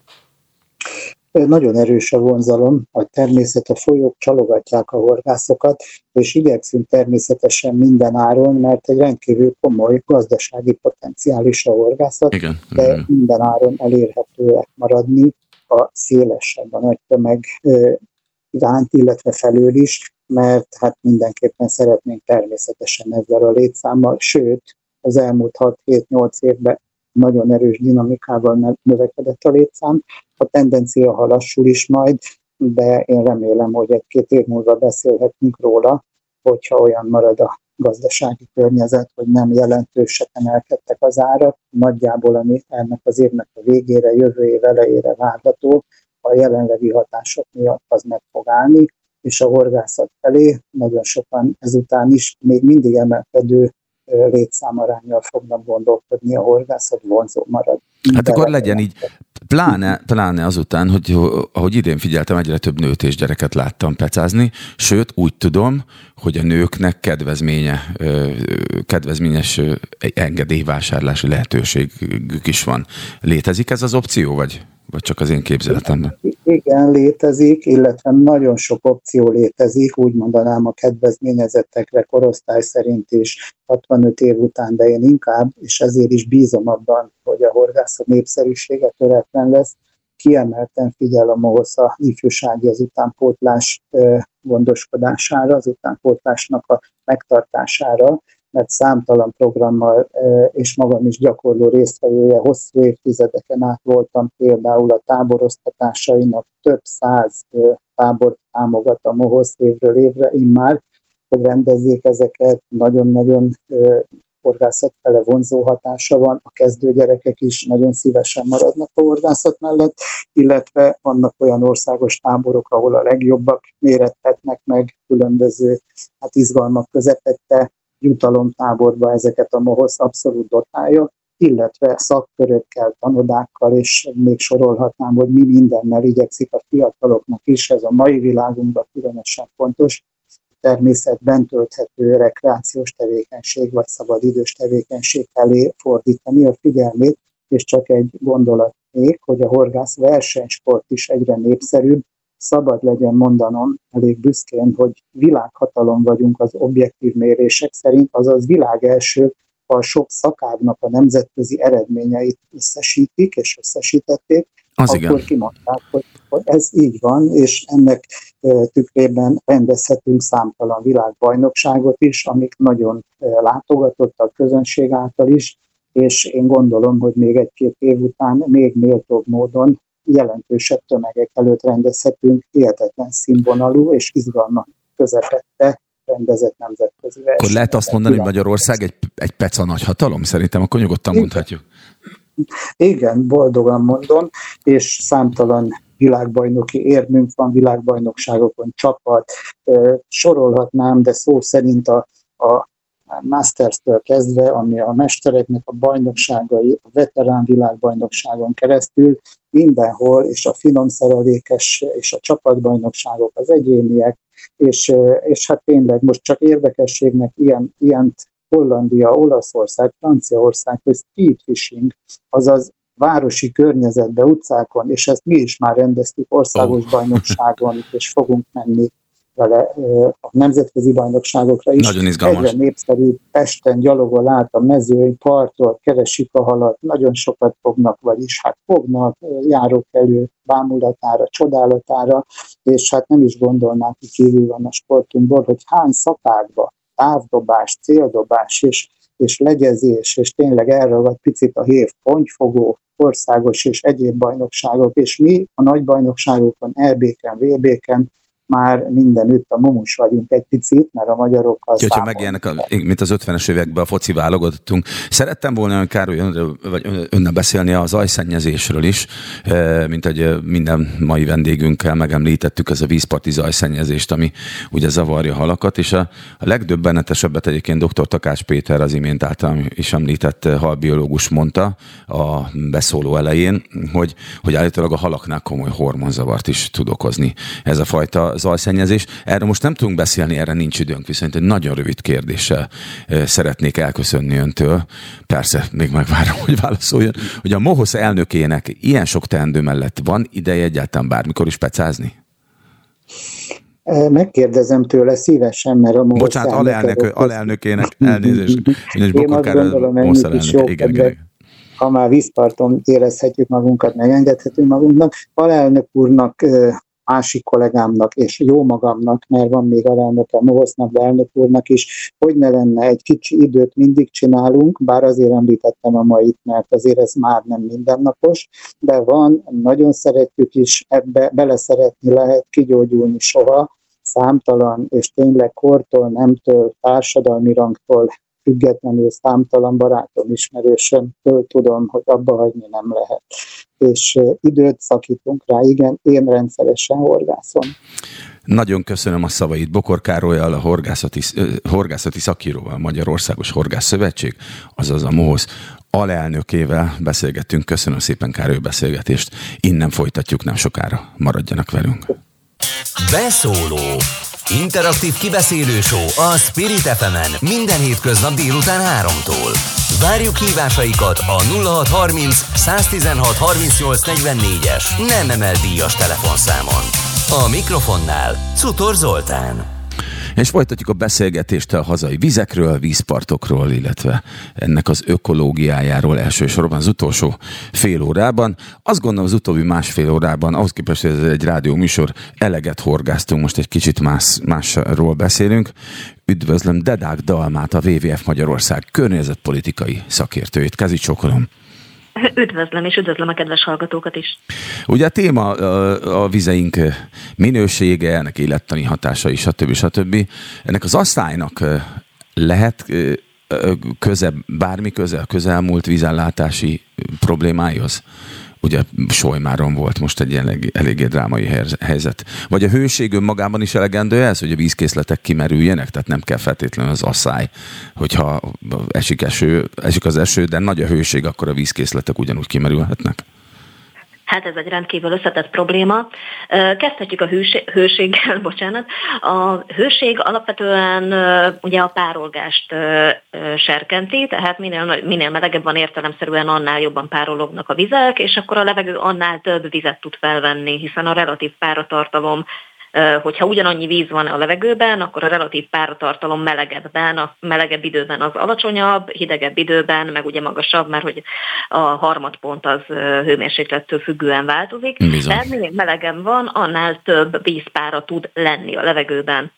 Nagyon erős a vonzalom, a természet, a folyók csalogatják a horgászokat, és igyekszünk természetesen minden áron, mert egy rendkívül komoly gazdasági potenciális a horgászat, igen. Minden áron elérhetőek maradni a szélesebb, a nagy tömeg iránt, illetve felől is, mert hát mindenképpen szeretnénk természetesen ezzel a létszámmal, sőt, az elmúlt 6-7-8 évben nagyon erős dinamikával növekedett a létszám. A tendencia halassul is majd, de én remélem, hogy 1-2 év múlva beszélhetünk róla, hogyha olyan marad a gazdasági környezet, hogy nem jelentősen emelkedtek az árak. Nagyjából, ami ennek az évnek a végére, jövő év elejére várható, a jelenlegi hatások miatt az meg fog állni, és a horgászat felé nagyon sokan ezután is még mindig emelkedő létszámaránnyal fognak gondolkodni, a horgászat vonzó marad. Hát akkor legyen így, pláne azután, hogy ahogy idén figyeltem, egyre több nőt és gyereket láttam pecázni, sőt úgy tudom, hogy a nőknek kedvezményes engedélyvásárlási lehetőségük is van. Létezik ez az opció, vagy Vagy csak az én képzeletemben? Igen, létezik, illetve nagyon sok opció létezik, úgy mondanám a kedvezményezettekre korosztály szerint is 65 év után, de én inkább, és ezért is bízom abban, hogy a horgászat népszerűsége töretlen lesz. Kiemelten figyel a MOHOSZ a ifjúsági az utánpótlás gondoskodására, az utánpótlásnak a megtartására, mert számtalan programmal és magam is gyakorló résztvevője, hosszú évtizedeken át voltam például a táboroztatásainak, több 100 tábort támogat a MOHOSZ évről évre immár, hogy rendezzék ezeket, nagyon-nagyon horgászatfele vonzó hatása van, a kezdőgyerekek is nagyon szívesen maradnak a horgászat mellett, illetve vannak olyan országos táborok, ahol a legjobbak mérettetnek meg különböző izgalmak közepette, jutalomtáborba ezeket a MOHOSZ abszolút dotálja, illetve szakkörökkel, tanodákkal, és még sorolhatnám, hogy mi mindennel igyekszik a fiataloknak is, ez a mai világunkban különösen fontos, természetben tölthető rekreációs tevékenység, vagy szabadidős tevékenység felé fordítani a figyelmét, és csak egy gondolat még, hogy a horgász versenysport is egyre népszerűbb, szabad legyen mondanom elég büszkén, hogy világhatalom vagyunk az objektív mérések szerint, azaz világ első, a sok szakágnak a nemzetközi eredményeit összesítik és összesítették, az akkor igen. Kimondták, hogy ez így van, és ennek tükrében rendezhetünk számtalan világbajnokságot is, amik nagyon látogatottak közönség által is, és én gondolom, hogy még 1-2 év után még méltóbb módon jelentősebb tömegek előtt rendezhetünk hihetetlen színvonalú és izgalmas közepette rendezett nemzetközi versenyeket. Akkor lehet azt mondani, hogy Magyarország egy peca nagyhatalom? Szerintem akkor nyugodtan mondhatjuk. Igen, boldogan mondom, és számtalan világbajnoki érmünk van, világbajnokságokon csapat, sorolhatnám, de szó szerint a Masters-től kezdve, ami a mestereknek a bajnokságai, a veterán világbajnokságon keresztül mindenhol, és a finomszerelékes és a csapatbajnokságok, az egyéniek, és hát tényleg most csak érdekességnek ilyen Hollandia, Olaszország, Franciaország, hogy speedfishing, azaz városi környezetbe, utcákon, és ezt mi is már rendeztük országos bajnokságon, és fogunk menni vele a nemzetközi bajnokságokra is. Nagyon izgalmas. Egyre népszerű, Pesten gyalogol át a mezőny partról, keresik a halat, nagyon sokat fognak, vagyis hát fognak, járók elő bámulatára, csodálatára, és hát nem is gondolnák, hogy kívül van a sportunkból, hogy hány szakágba, távdobás, céldobás és legyezés, és tényleg elragad picit a hév, pontyfogó, országos és egyéb bajnokságok, és mi a nagy bajnokságokon, EB-ken, VB-ken már mindenütt a mumus vagyunk egy picit, mert a magyarokkal hogyha megjelennek, mint az 50-es években a foci válogatottunk. Szerettem volna Károly önnel beszélni a zajszennyezésről is, mint hogy minden mai vendégünkkel megemlítettük, ez a vízparti zajszennyezést, ami ugye zavarja a halakat, és a legdöbbenetesebbet egyébként dr. Takács Péter, az imént általam is említett halbiológus mondta a beszóló elején, hogy állítólag a halaknál komoly hormonzavart is tud okozni ez a fajta zajszennyezés. Erről most nem tudunk beszélni, erre nincs időnk, viszont egy nagyon rövid kérdéssel szeretnék elköszönni öntől. Persze, még megvárom, hogy válaszoljon, hogy a MOHOSZ elnökének ilyen sok teendő mellett van ideje egyáltalán bármikor is pecázni? Megkérdezem tőle szívesen, mert a MOHOSZ bocsánat, alelnökének elnézést. Én azt gondolom, ennyit is jó kedvek. Ha már vízparton érezhetjük magunkat, megengedhetünk magunknak. Alelnök úrnak, másik kollégámnak és jó magamnak, mert van még alelnöke MOHOSZ-nak, de elnök úrnak is, hogy ne lenne, egy kicsi időt mindig csinálunk, bár azért említettem a mait, mert azért ez már nem mindennapos, de van, nagyon szeretjük is, ebbe beleszeretni lehet, kigyógyulni soha, számtalan, és tényleg kortól, nemtől, társadalmi rangtól függetlenül számtalan barátom, ismerősömtől tudom, hogy abba hagyni nem lehet. És időt szakítunk rá, igen, én rendszeresen horgászom. Nagyon köszönöm a szavait. Bokor Károllyal, a horgászati szakíróval, a Magyarországos Horgász Szövetség, azaz a MOHOSZ alelnökével beszélgettünk. Köszönöm szépen, Károly, beszélgetést. Innen folytatjuk nem sokára. Maradjanak velünk. Beszóló. Interaktív kibeszélő show a Spirit FM-en minden hétköznap délután 3-tól. Várjuk hívásaikat a 0630 116 38 44-es nem emel díjas telefonszámon. A mikrofonnál Czutor Zoltán. És folytatjuk a beszélgetést a hazai vizekről, vízpartokról, illetve ennek az ökológiájáról elsősorban az utolsó fél órában. Azt gondolom, az utóbbi másfél órában, ahhoz képest, hogy ez egy rádióműsor, eleget horgáztunk, most egy kicsit másról beszélünk. Üdvözlöm Dedák Dalmát, a WWF Magyarország környezetpolitikai szakértőjét. Kezicsokolom. Üdvözlöm, és üdvözlöm a kedves hallgatókat is. Ugye a téma a vizeink minősége, ennek élettani hatásai, stb. Ennek az asszálynak lehet bármi köze a közelmúlt vízellátási problémáihoz? Ugye Solymáron volt most egy eléggé drámai helyzet. Vagy a hőség önmagában is elegendő ez, hogy a vízkészletek kimerüljenek? Tehát nem kell feltétlenül az asszály, hogyha esik az eső, de nagy a hőség, akkor a vízkészletek ugyanúgy kimerülhetnek? Hát ez egy rendkívül összetett probléma. Kezdhetjük a hőséggel, bocsánat. A hőség alapvetően ugye a párolgást serkenti, tehát minél melegebb van értelemszerűen, annál jobban párolognak a vizek, és akkor a levegő annál több vizet tud felvenni, hiszen a relatív páratartalom, hogyha ugyanannyi víz van a levegőben, akkor a relatív páratartalom a melegebb időben az alacsonyabb, hidegebb időben meg ugye magasabb, mert hogy a harmadpont az hőmérséklettől függően változik. Bizony. Tehát minél melegebb van, annál több vízpára tud lenni a levegőben.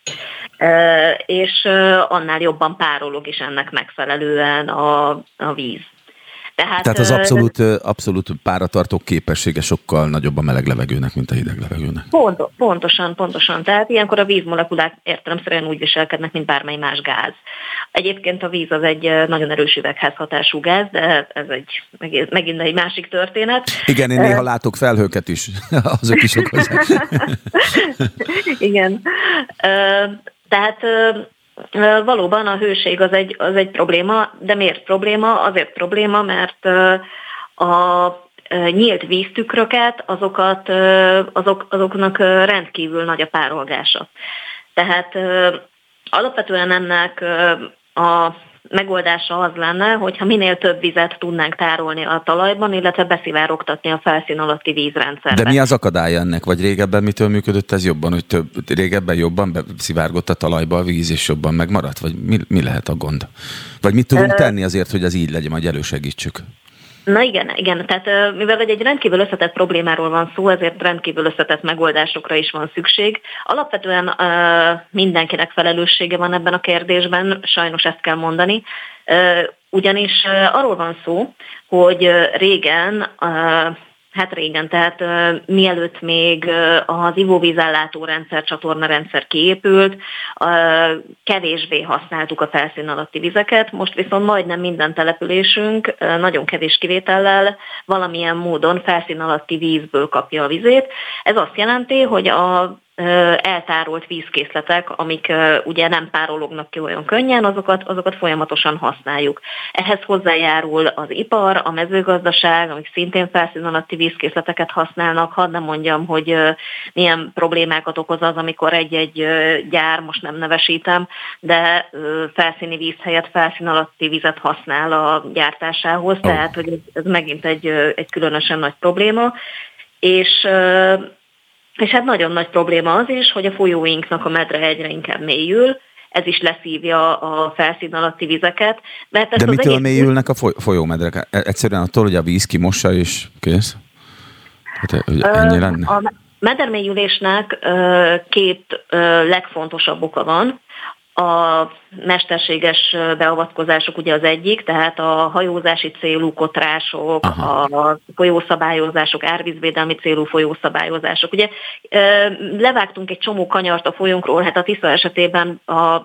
És annál jobban párolog is ennek megfelelően a víz. Tehát az abszolút páratartó képessége sokkal nagyobb a meleg levegőnek, mint a hideg levegőnek. Pontosan. Tehát ilyenkor a vízmolekulák értelemszerűen úgy viselkednek, mint bármely más gáz. Egyébként a víz az egy nagyon erős üvegházhatású gáz, de ez megint egy másik történet. Igen, én néha látok felhőket is, azok is okozzák. Igen. Tehát valóban a hőség az egy probléma, de miért probléma? Azért probléma, mert a nyílt víztükröket, azoknak rendkívül nagy a párolgása. Tehát alapvetően ennek a megoldása az lenne, hogyha minél több vizet tudnánk tárolni a talajban, illetve beszivárogtatni a felszín alatti vízrendszerbe. De mi az akadálya ennek? Vagy régebben mitől működött ez jobban, hogy régebben jobban beszivárgott a talajba a víz, és jobban megmaradt? Vagy mi lehet a gond? Vagy mit tudunk tenni azért, hogy ez így legyen, majd elősegítsük? Na igen. Tehát mivel egy rendkívül összetett problémáról van szó, ezért rendkívül összetett megoldásokra is van szükség. Alapvetően mindenkinek felelőssége van ebben a kérdésben, sajnos ezt kell mondani. Ugyanis arról van szó, hogy régen, tehát mielőtt még az ivóvízellátó csatornarendszer kiépült, kevésbé használtuk a felszín alatti vizeket, most viszont majdnem minden településünk nagyon kevés kivétellel valamilyen módon felszín alatti vízből kapja a vizét. Ez azt jelenti, hogy a eltárolt vízkészletek, amik ugye nem párolognak ki olyan könnyen, azokat folyamatosan használjuk. Ehhez hozzájárul az ipar, a mezőgazdaság, amik szintén felszín alatti vízkészleteket használnak. Hadd nem mondjam, hogy milyen problémákat okoz az, amikor egy gyár, most nem nevesítem, de felszíni víz helyett felszín alatti vizet használ a gyártásához, tehát hogy ez megint egy különösen nagy probléma. És hát nagyon nagy probléma az is, hogy a folyóinknak a medre egyre inkább mélyül, ez is leszívja a felszín alatti vizeket. De mitől mélyülnek a folyómedrek? Egyszerűen attól, hogy a víz kimossa és kész? Hát, ennyi lenne? A medermélyülésnek két legfontosabb oka van. A mesterséges beavatkozások ugye az egyik, tehát a hajózási célú kotrások, a folyószabályozások, árvízvédelmi célú folyószabályozások. Ugye levágtunk egy csomó kanyart a folyónkról, hát a Tisza esetében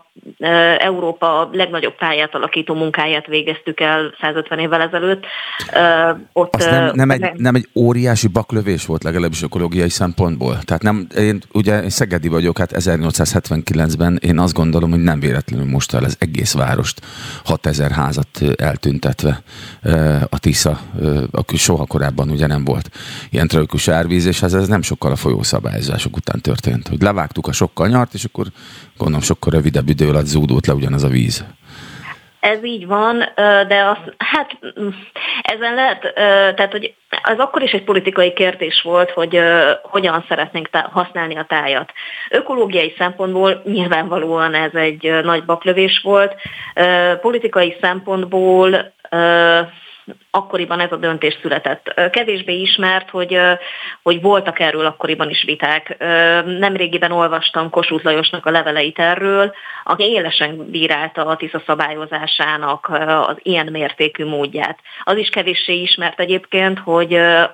Európa legnagyobb táját alakító munkáját végeztük el 150 évvel ezelőtt. Ott nem egy óriási baklövés volt legalábbis ökológiai szempontból. Tehát én szegedi vagyok, hát 1879-ben én azt gondolom, hogy nem véletlenül most el az egész várost 6000 házat eltüntetve a Tisza, aki soha korábban ugye nem volt ilyen tragikus árvíz, és ez nem sokkal a folyószabályozások után történt. Hogy levágtuk a sok kanyart, és akkor gondolom sokkal rövidebb idő alatt zúdult le ugyanaz a víz. Ez így van, de ezen lehet, tehát hogy az akkor is egy politikai kérdés volt, hogy hogyan szeretnénk használni a tájat. Ökológiai szempontból nyilvánvalóan ez egy nagy baklövés volt, politikai szempontból akkoriban ez a döntés született. Kevésbé ismert, hogy voltak erről akkoriban is viták. Nemrégiben olvastam Kossuth Lajosnak a leveleit erről, aki élesen bírálta a Tisza szabályozásának az ilyen mértékű módját. Az is kevéssé ismert egyébként, hogy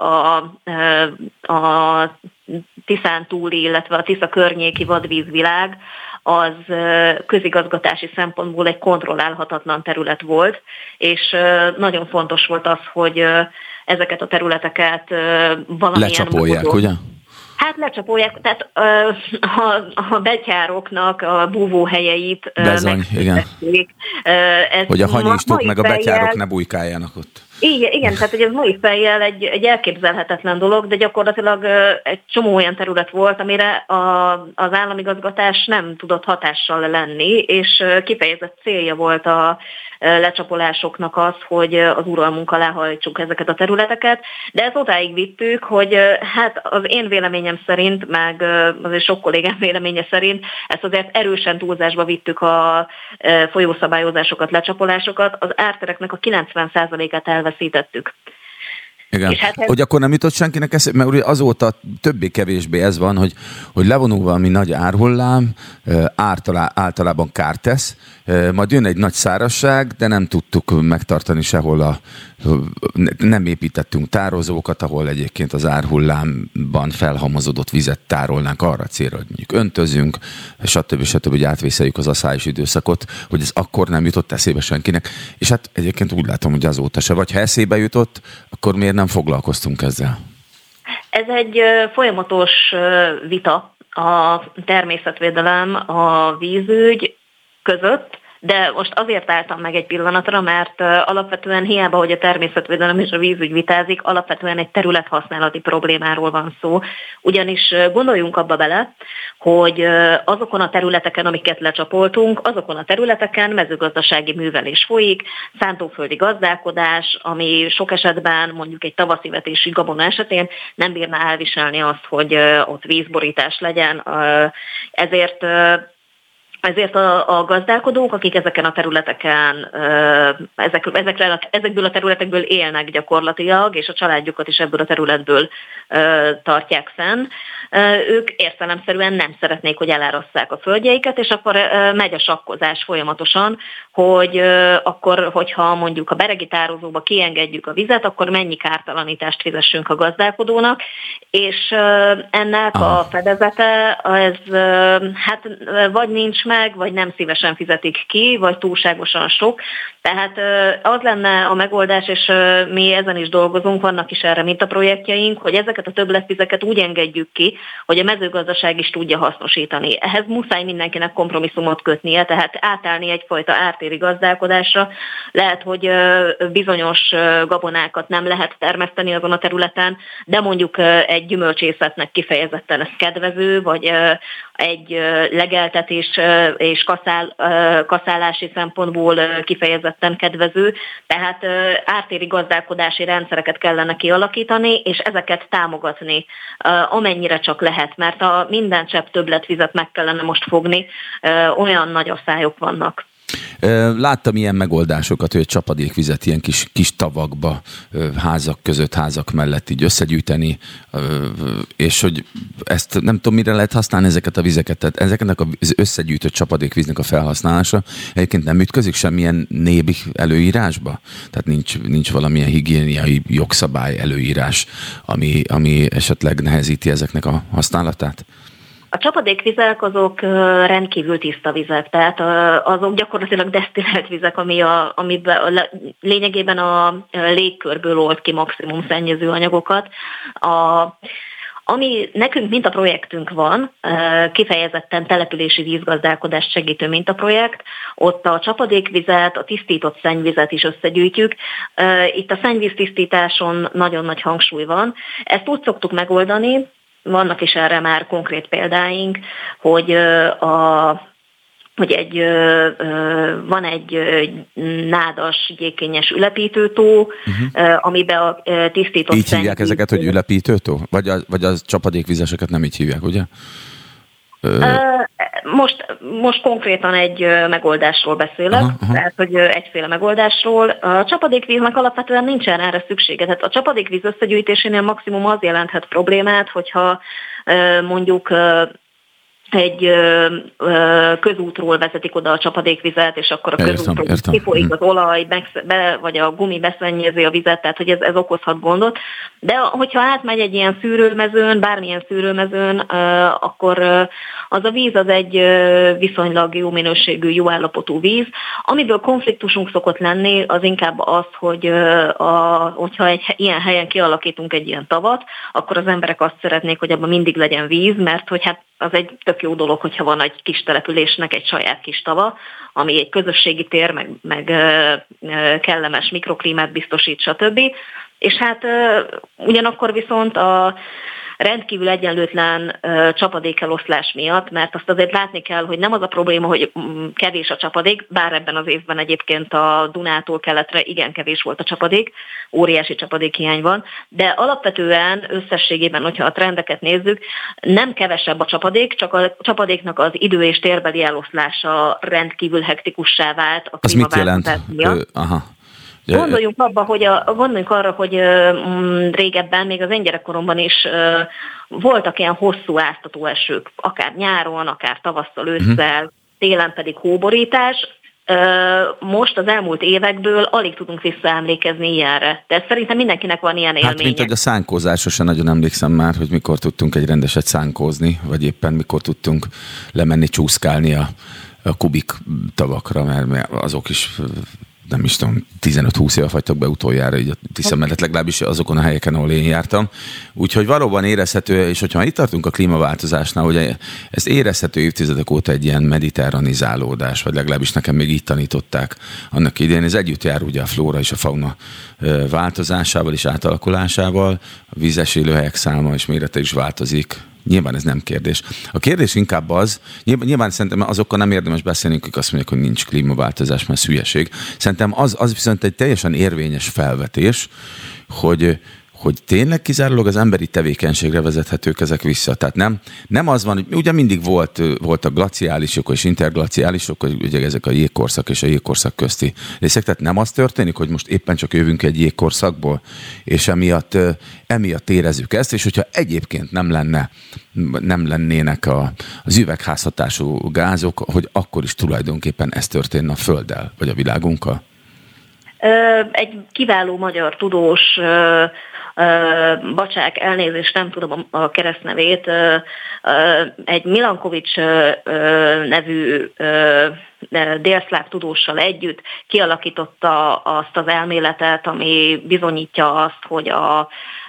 a Tiszán túli, illetve a Tisza környéki vadvízvilág az közigazgatási szempontból egy kontrollálhatatlan terület volt, és nagyon fontos volt az, hogy ezeket a területeket valamilyen lecsapolják, módon, ugye? Hát lecsapolják, tehát a betyároknak a búvóhelyeit megszüntették. Hogy a hanyistók meg a betyárok ne bujkáljanak ott. Igen, tehát hogy ez mai fejjel egy elképzelhetetlen dolog, de gyakorlatilag egy csomó olyan terület volt, amire az államigazgatás nem tudott hatással lenni, és kifejezett célja volt a lecsapolásoknak az, hogy az uralmunk alá hajtsuk ezeket a területeket, de ezt odáig vittük, hogy hát az én véleményem szerint, meg azért sok kollégám véleménye szerint ezt azért erősen túlzásba vittük a folyószabályozásokat, lecsapolásokat, az ártereknek a 90%-át elveszítettük. Igen. Hát hogy akkor nem jutott senkinek eszébe, mert azóta többé-kevésbé ez van, hogy levonul valami nagy árhullám, általában kárt tesz, majd jön egy nagy szárazság, de nem tudtuk megtartani sehol nem építettünk tározókat, ahol egyébként az árhullámban felhalmozódott vizet tárolnánk arra célra, hogy mondjuk öntözünk, stb. Hogy átvészeljük az aszályos időszakot, hogy ez akkor nem jutott eszébe senkinek. És hát egyébként úgy látom, hogy azóta se. Vagy ha eszébe jutott, akkor miért nem foglalkoztunk ezzel? Ez egy folyamatos vita a természetvédelem, a vízügy között, de most azért álltam meg egy pillanatra, mert alapvetően hiába, hogy a természetvédelem és a vízügy vitázik, alapvetően egy területhasználati problémáról van szó. Ugyanis gondoljunk abba bele, hogy azokon a területeken, amiket lecsapoltunk, azokon a területeken mezőgazdasági művelés folyik, szántóföldi gazdálkodás, ami sok esetben mondjuk egy tavaszi vetési gabona esetén nem bírná elviselni azt, hogy ott vízborítás legyen. Ezért a gazdálkodók, akik ezeken a területeken, ezekből a területekből élnek gyakorlatilag, és a családjukat is ebből a területből tartják fenn, ők értelemszerűen nem szeretnék, hogy elárasszák a földjeiket, és akkor megy a sakkozás folyamatosan, hogy akkor, hogyha mondjuk a beregi tározóba kiengedjük a vizet, akkor mennyi kártalanítást fizessünk a gazdálkodónak, és ennek a fedezete, ez hát vagy nincs meg, vagy nem szívesen fizetik ki, vagy túlságosan sok. Tehát az lenne a megoldás, és mi ezen is dolgozunk, vannak is erre mintaprojektjeink, hogy ezeket a többletvizeket úgy engedjük ki, hogy a mezőgazdaság is tudja hasznosítani. Ehhez muszáj mindenkinek kompromisszumot kötnie, tehát átállni egyfajta ártéri gazdálkodásra. Lehet, hogy bizonyos gabonákat nem lehet termeszteni azon a területen, de mondjuk egy gyümölcsészetnek kifejezetten ez kedvező, vagy egy legeltetés és kaszálási szempontból kifejezetten kedvező. Tehát ártéri gazdálkodási rendszereket kellene kialakítani, és ezeket támogatni, amennyire csak lehet, mert a minden csepp többletvizet meg kellene most fogni, olyan nagy asszályok vannak. Láttam ilyen megoldásokat, hogy egy csapadékvizet ilyen kis tavakba, házak között, házak mellett így összegyűjteni, és hogy ezt nem tudom, mire lehet használni ezeket a vizeket, tehát ezeknek az összegyűjtött csapadékvíznek a felhasználása egyébként nem ütközik semmilyen nébi előírásba? Tehát nincs valamilyen higiéniai jogszabály előírás, ami esetleg nehezíti ezeknek a használatát? A csapadékvizek azok rendkívül tiszta vizek, tehát azok gyakorlatilag desztillált vizek, ami lényegében a légkörből old ki maximum szennyező anyagokat. Ami nekünk mintaprojektünk van, kifejezetten települési vízgazdálkodást segítő mintaprojekt, ott a csapadékvizet, a tisztított szennyvizet is összegyűjtjük. Itt a szennyvíztisztításon nagyon nagy hangsúly van. Ezt úgy szoktuk megoldani, vannak is erre már konkrét példáink, hogy van egy nádas, gyékényes ülepítőtó, amiben a tisztított így hívják ezeket, hogy ülepítőtó? Vagy az csapadékvizeseket nem így hívják, ugye? Most konkrétan egy megoldásról beszélek, tehát hogy egyféle megoldásról. A csapadékvíznek alapvetően nincsen erre szüksége. Tehát a csapadékvíz összegyűjtésénél maximum az jelenthet problémát, hogyha mondjuk egy közútról vezetik oda a csapadékvizet, és akkor a közútról kifolyik az olaj, vagy a gumi beszennyezi a vizet, tehát hogy ez okozhat gondot. De hogyha átmegy egy ilyen szűrőmezőn, bármilyen szűrőmezőn, akkor az a víz az egy viszonylag jó minőségű, jó állapotú víz. Amiből konfliktusunk szokott lenni, az inkább az, hogyha egy ilyen helyen kialakítunk egy ilyen tavat, akkor az emberek azt szeretnék, hogy abban mindig legyen víz, mert hogy hát az egy tök jó dolog, hogyha van egy kis településnek egy saját kis tava, ami egy közösségi tér, meg kellemes mikroklímát biztosít, stb. És hát ugyanakkor viszont a rendkívül egyenlőtlen csapadékeloszlás miatt, mert azt azért látni kell, hogy nem az a probléma, hogy kevés a csapadék, bár ebben az évben egyébként a Dunától keletre igen kevés volt a csapadék, óriási csapadékhiány van, de alapvetően összességében, hogyha a trendeket nézzük, nem kevesebb a csapadék, csak a csapadéknak az idő- és térbeli eloszlása rendkívül hektikussá vált a klímaváltozás miatt. Gondoljunk arra, hogy régebben, még az én gyerekkoromban is voltak ilyen hosszú áztató esők, akár nyáron, akár tavasszal, ősszel, télen pedig hóborítás. Most az elmúlt évekből alig tudunk visszaemlékezni ilyenre. De szerintem mindenkinek van ilyen élménye. Hát mint hogy a szánkózásra sem nagyon emlékszem már, hogy mikor tudtunk egy rendeset szánkózni, vagy éppen mikor tudtunk lemenni csúszkálni a kubik tavakra, mert azok is... nem is tudom, 15-20 éve fagytak be utoljára, így a Tisza mellett, legalábbis azokon a helyeken, ahol én jártam. Úgyhogy valóban érezhető, és hogyha itt tartunk a klímaváltozásnál, hogy ez érezhető évtizedek óta egy ilyen mediterranizálódás, vagy legalábbis nekem még így tanították annak idején. Ez együtt jár ugye a flóra és a fauna változásával és átalakulásával, a vízes élőhelyek száma és mérete is változik. Nyilván ez nem kérdés. A kérdés inkább az, nyilván szerintem azokkal nem érdemes beszélni, akik azt mondják, hogy nincs klímaváltozás, mert hülyeség. Szerintem az viszont egy teljesen érvényes felvetés, hogy tényleg kizárólag az emberi tevékenységre vezethetők ezek vissza. Tehát nem az van, hogy ugye mindig voltak glaciálisok és interglaciálisok, ugye ezek a jégkorszak és a jégkorszak közti részek. Tehát nem az történik, hogy most éppen csak jövünk egy jégkorszakból, és emiatt érezzük ezt, és hogyha egyébként nem lennének az üvegházhatású gázok, hogy akkor is tulajdonképpen ez történne a Földdel, vagy a világunkkal? Egy kiváló magyar tudós, Bacsák, elnézést, nem tudom a keresztnevét, egy Milankovics nevű délszláv tudóssal együtt kialakította azt az elméletet, ami bizonyítja azt, hogy a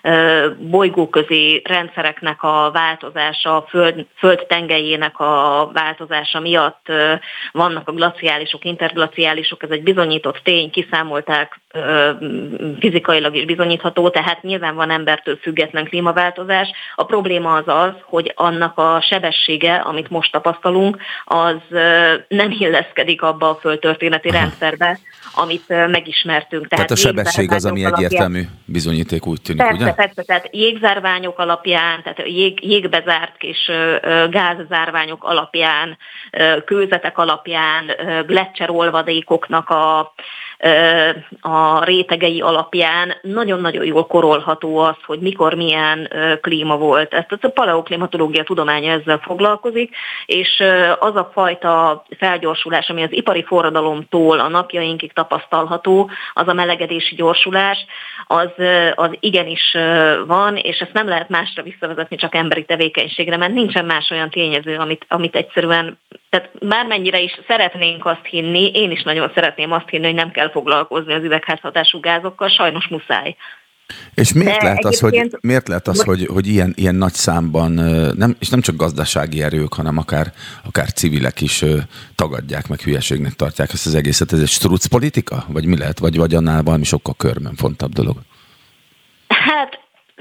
bolygóközi rendszereknek a változása, a föld tengelyének a változása miatt vannak a glaciálisok, interglaciálisok, ez egy bizonyított tény, kiszámolták, fizikailag is bizonyítható, tehát nyilván van embertől független klímaváltozás. A probléma az, hogy annak a sebessége, amit most tapasztalunk, az nem illeszkedik abba a földtörténeti rendszerbe, amit megismertünk. Tehát a sebesség az, ami egyértelmű bizonyíték, úgy tűnik, persze, ugye? Persze, tehát jégzárványok alapján, tehát jégbe zárt kis gázzárványok alapján, kőzetek alapján, gleccserolvadékoknak a rétegei alapján nagyon-nagyon jól korolható az, hogy mikor milyen klíma volt. Ezt a paleoklimatológia tudománya ezzel foglalkozik, és az a fajta felgyorsulás, ami az ipari forradalomtól a napjainkig tapasztalható, az a melegedési gyorsulás, az igenis van, és ezt nem lehet másra visszavezetni, csak emberi tevékenységre, mert nincsen más olyan tényező, amit egyszerűen, tehát bármennyire is szeretnénk azt hinni, én is nagyon szeretném azt hinni, hogy nem kell foglalkozni az üvegházhatású gázokkal, sajnos muszáj. És miért lehet az, hogy ilyen nagy számban, és nem csak gazdasági erők, hanem akár civilek is tagadják, meg hülyeségnek tartják ezt az egészet? Ez egy struc politika? Vagy mi lehet? Vagy annál valami sokkal körmönfontabb dolog? Hát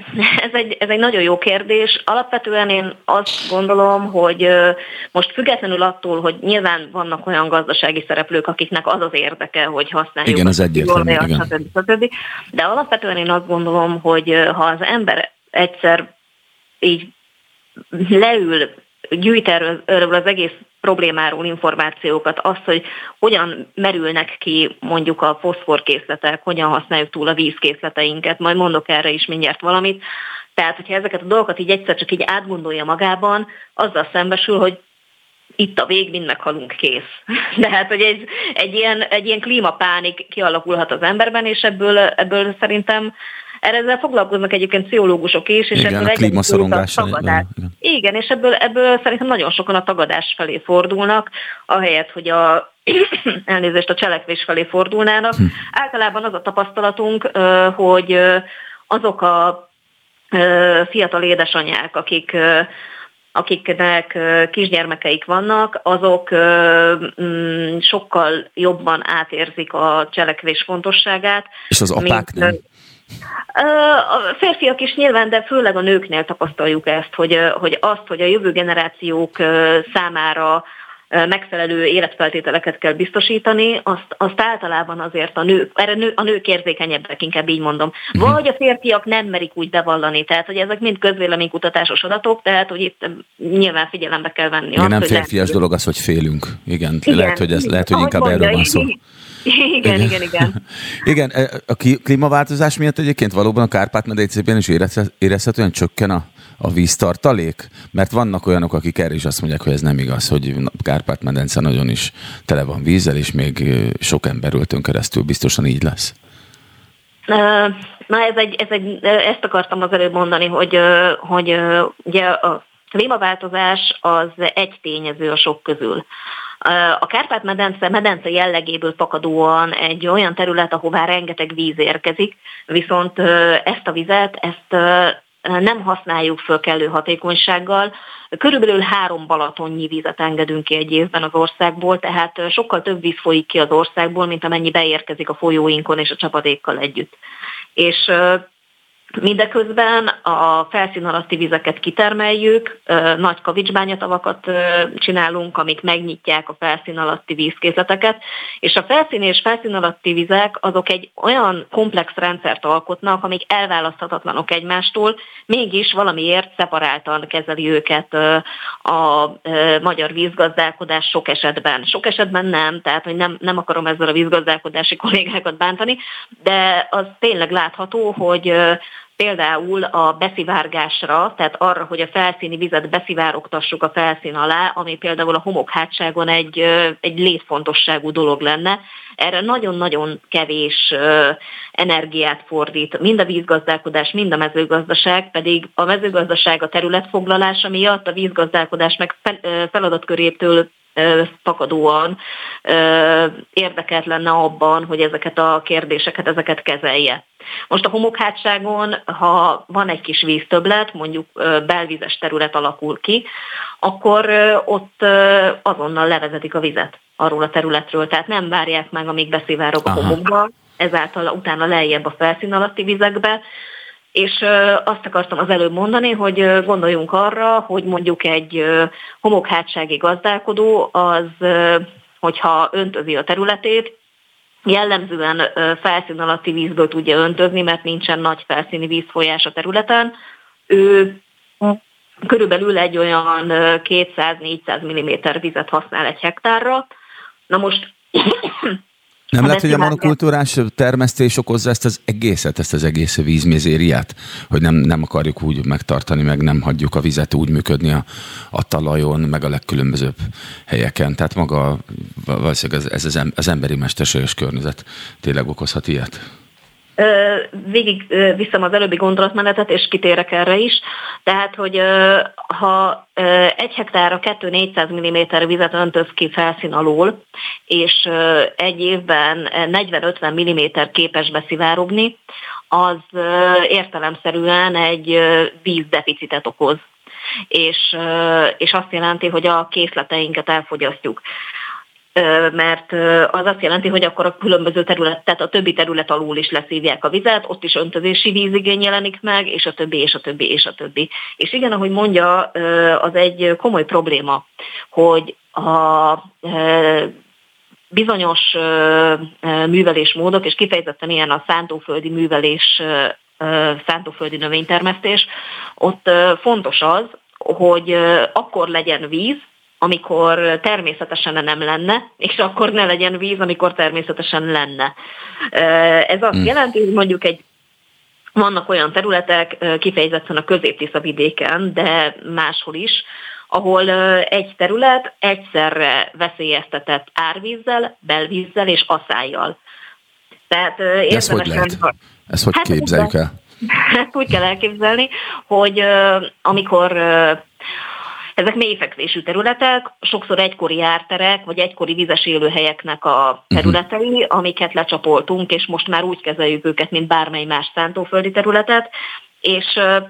Ez egy nagyon jó kérdés. Alapvetően én azt gondolom, hogy most függetlenül attól, hogy nyilván vannak olyan gazdasági szereplők, akiknek az az érdeke, hogy használjuk. Igen, az egyértelmű. Stb. De alapvetően én azt gondolom, hogy ha az ember egyszer így leül, gyűjt erről az egész problémáról információkat, azt, hogy hogyan merülnek ki mondjuk a foszforkészletek, hogyan használjuk túl a vízkészleteinket, majd mondok erre is mindjárt valamit. Tehát, hogyha ezeket a dolgokat így egyszer csak így átgondolja magában, azzal szembesül, hogy itt a vég, mind meghalunk, kész. Tehát, hogy egy ilyen klímapánik kialakulhat az emberben, és ebből szerintem ezzel foglalkoznak egyébként pszichológusok is, és igen, ebből a klímaszorongás. Igen, és ebből szerintem nagyon sokan a tagadás felé fordulnak, ahelyett, hogy elnézést a cselekvés felé fordulnának. Általában az a tapasztalatunk, hogy azok a fiatal édesanyák, akiknek kisgyermekeik vannak, azok sokkal jobban átérzik a cselekvés fontosságát. És az apák nem? A férfiak is nyilván, de főleg a nőknél tapasztaljuk ezt, hogy a jövő generációk számára megfelelő életfeltételeket kell biztosítani, azt általában azért a nők érzékenyebbek, inkább így mondom. Vagy a férfiak nem merik úgy bevallani, tehát hogy ezek mind közvéleménykutatásos adatok, tehát hogy itt nyilván figyelembe kell venni. Igen, nem férfias dolog az, hogy félünk. Igen. Lehet, hogy inkább erről van szó. Igen. Igen, a klímaváltozás miatt egyébként valóban a Kárpát-medencében is érezhetően csökken a víztartalék? Mert vannak olyanok, akik erre is azt mondják, hogy ez nem igaz, hogy Kárpát-medence nagyon is tele van vízzel, és még sok emberöltön keresztül biztosan így lesz. Na ezt akartam az előbb mondani, hogy ugye a klímaváltozás az egy tényező a sok közül. A Kárpát-medence jellegéből fakadóan egy olyan terület, ahová rengeteg víz érkezik, viszont ezt a vizet, nem használjuk föl kellő hatékonysággal. Körülbelül 3 balatonnyi vizet engedünk ki egy évben az országból, tehát sokkal több víz folyik ki az országból, mint amennyi beérkezik a folyóinkon és a csapadékkal együtt. És mindeközben a felszín alatti vizeket kitermeljük, nagy kavicsbányatavakat csinálunk, amik megnyitják a felszín alatti vízkészleteket, és a felszín és felszín alatti vizek azok egy olyan komplex rendszert alkotnak, amik elválaszthatatlanok egymástól, mégis valamiért szeparáltan kezeli őket a magyar vízgazdálkodás sok esetben. Sok esetben nem, tehát hogy nem akarom ezzel a vízgazdálkodási kollégákat bántani, de az tényleg látható, hogy például a beszivárgásra, tehát arra, hogy a felszíni vizet beszivárogtassuk a felszín alá, ami például a homokhátságon egy létfontosságú dolog lenne, erre nagyon-nagyon kevés energiát fordít. Mind a vízgazdálkodás, mind a mezőgazdaság, pedig a mezőgazdaság a területfoglalása miatt, a vízgazdálkodás meg feladatköréből fakadóan érdekelt lenne abban, hogy ezeket a kérdéseket kezelje. Most a homokhátságon, ha van egy kis víztöbblet, mondjuk belvízes terület alakul ki, akkor ott azonnal levezetik a vizet arról a területről, tehát nem várják meg, amíg beszivárog a homokba, ezáltal utána lejjebb a felszín alatti vizekbe, és azt akartam az előbb mondani, hogy gondoljunk arra, hogy mondjuk egy homokhátsági gazdálkodó az, hogyha öntözi a területét, jellemzően felszín alatti vízből tudja öntözni, mert nincsen nagy felszíni vízfolyás a területen. Ő körülbelül egy olyan 200-400 mm vizet használ egy hektárra. Na most... Nem lehet, hogy a monokultúrás termesztés okozza ezt az egész vízmizériát, hogy nem akarjuk úgy megtartani, meg nem hagyjuk a vizet úgy működni a talajon, meg a legkülönbözőbb helyeken. Tehát maga valószínűleg ez az emberi mesterséges környezet tényleg okozhat ilyet. Végig viszem az előbbi gondolatmenetet, és kitérek erre is. Tehát, hogy ha egy hektárra 200-400 mm vizet öntöz ki felszín alól, és egy évben 40-50 mm képes beszivárogni, az értelemszerűen egy vízdeficitet okoz. És azt jelenti, hogy a készleteinket elfogyasztjuk. mert az azt jelenti, hogy akkor a különböző terület, tehát a többi terület alól is leszívják a vizet, ott is öntözési vízigény jelenik meg, és a többi, és a többi, és a többi. És igen, ahogy mondja, az egy komoly probléma, hogy a bizonyos művelésmódok, és kifejezetten ilyen a szántóföldi művelés, szántóföldi növénytermesztés, ott fontos az, hogy akkor legyen víz, amikor természetesen nem lenne, és akkor ne legyen víz, amikor természetesen lenne. Ez azt jelenti, hogy mondjuk vannak olyan területek, kifejezetten a Közép-Tisza vidéken, de máshol is, ahol egy terület egyszerre veszélyeztetett árvízzel, belvízzel és aszályjal. Tehát ez hogy lehet? Ezt hogy képzeljük el? Ezt úgy kell elképzelni, hogy amikor ezek mélyfekvésű területek, sokszor egykori árterek, vagy egykori vizes élőhelyeknek a területei, amiket lecsapoltunk, és most már úgy kezeljük őket, mint bármely más szántóföldi területet, és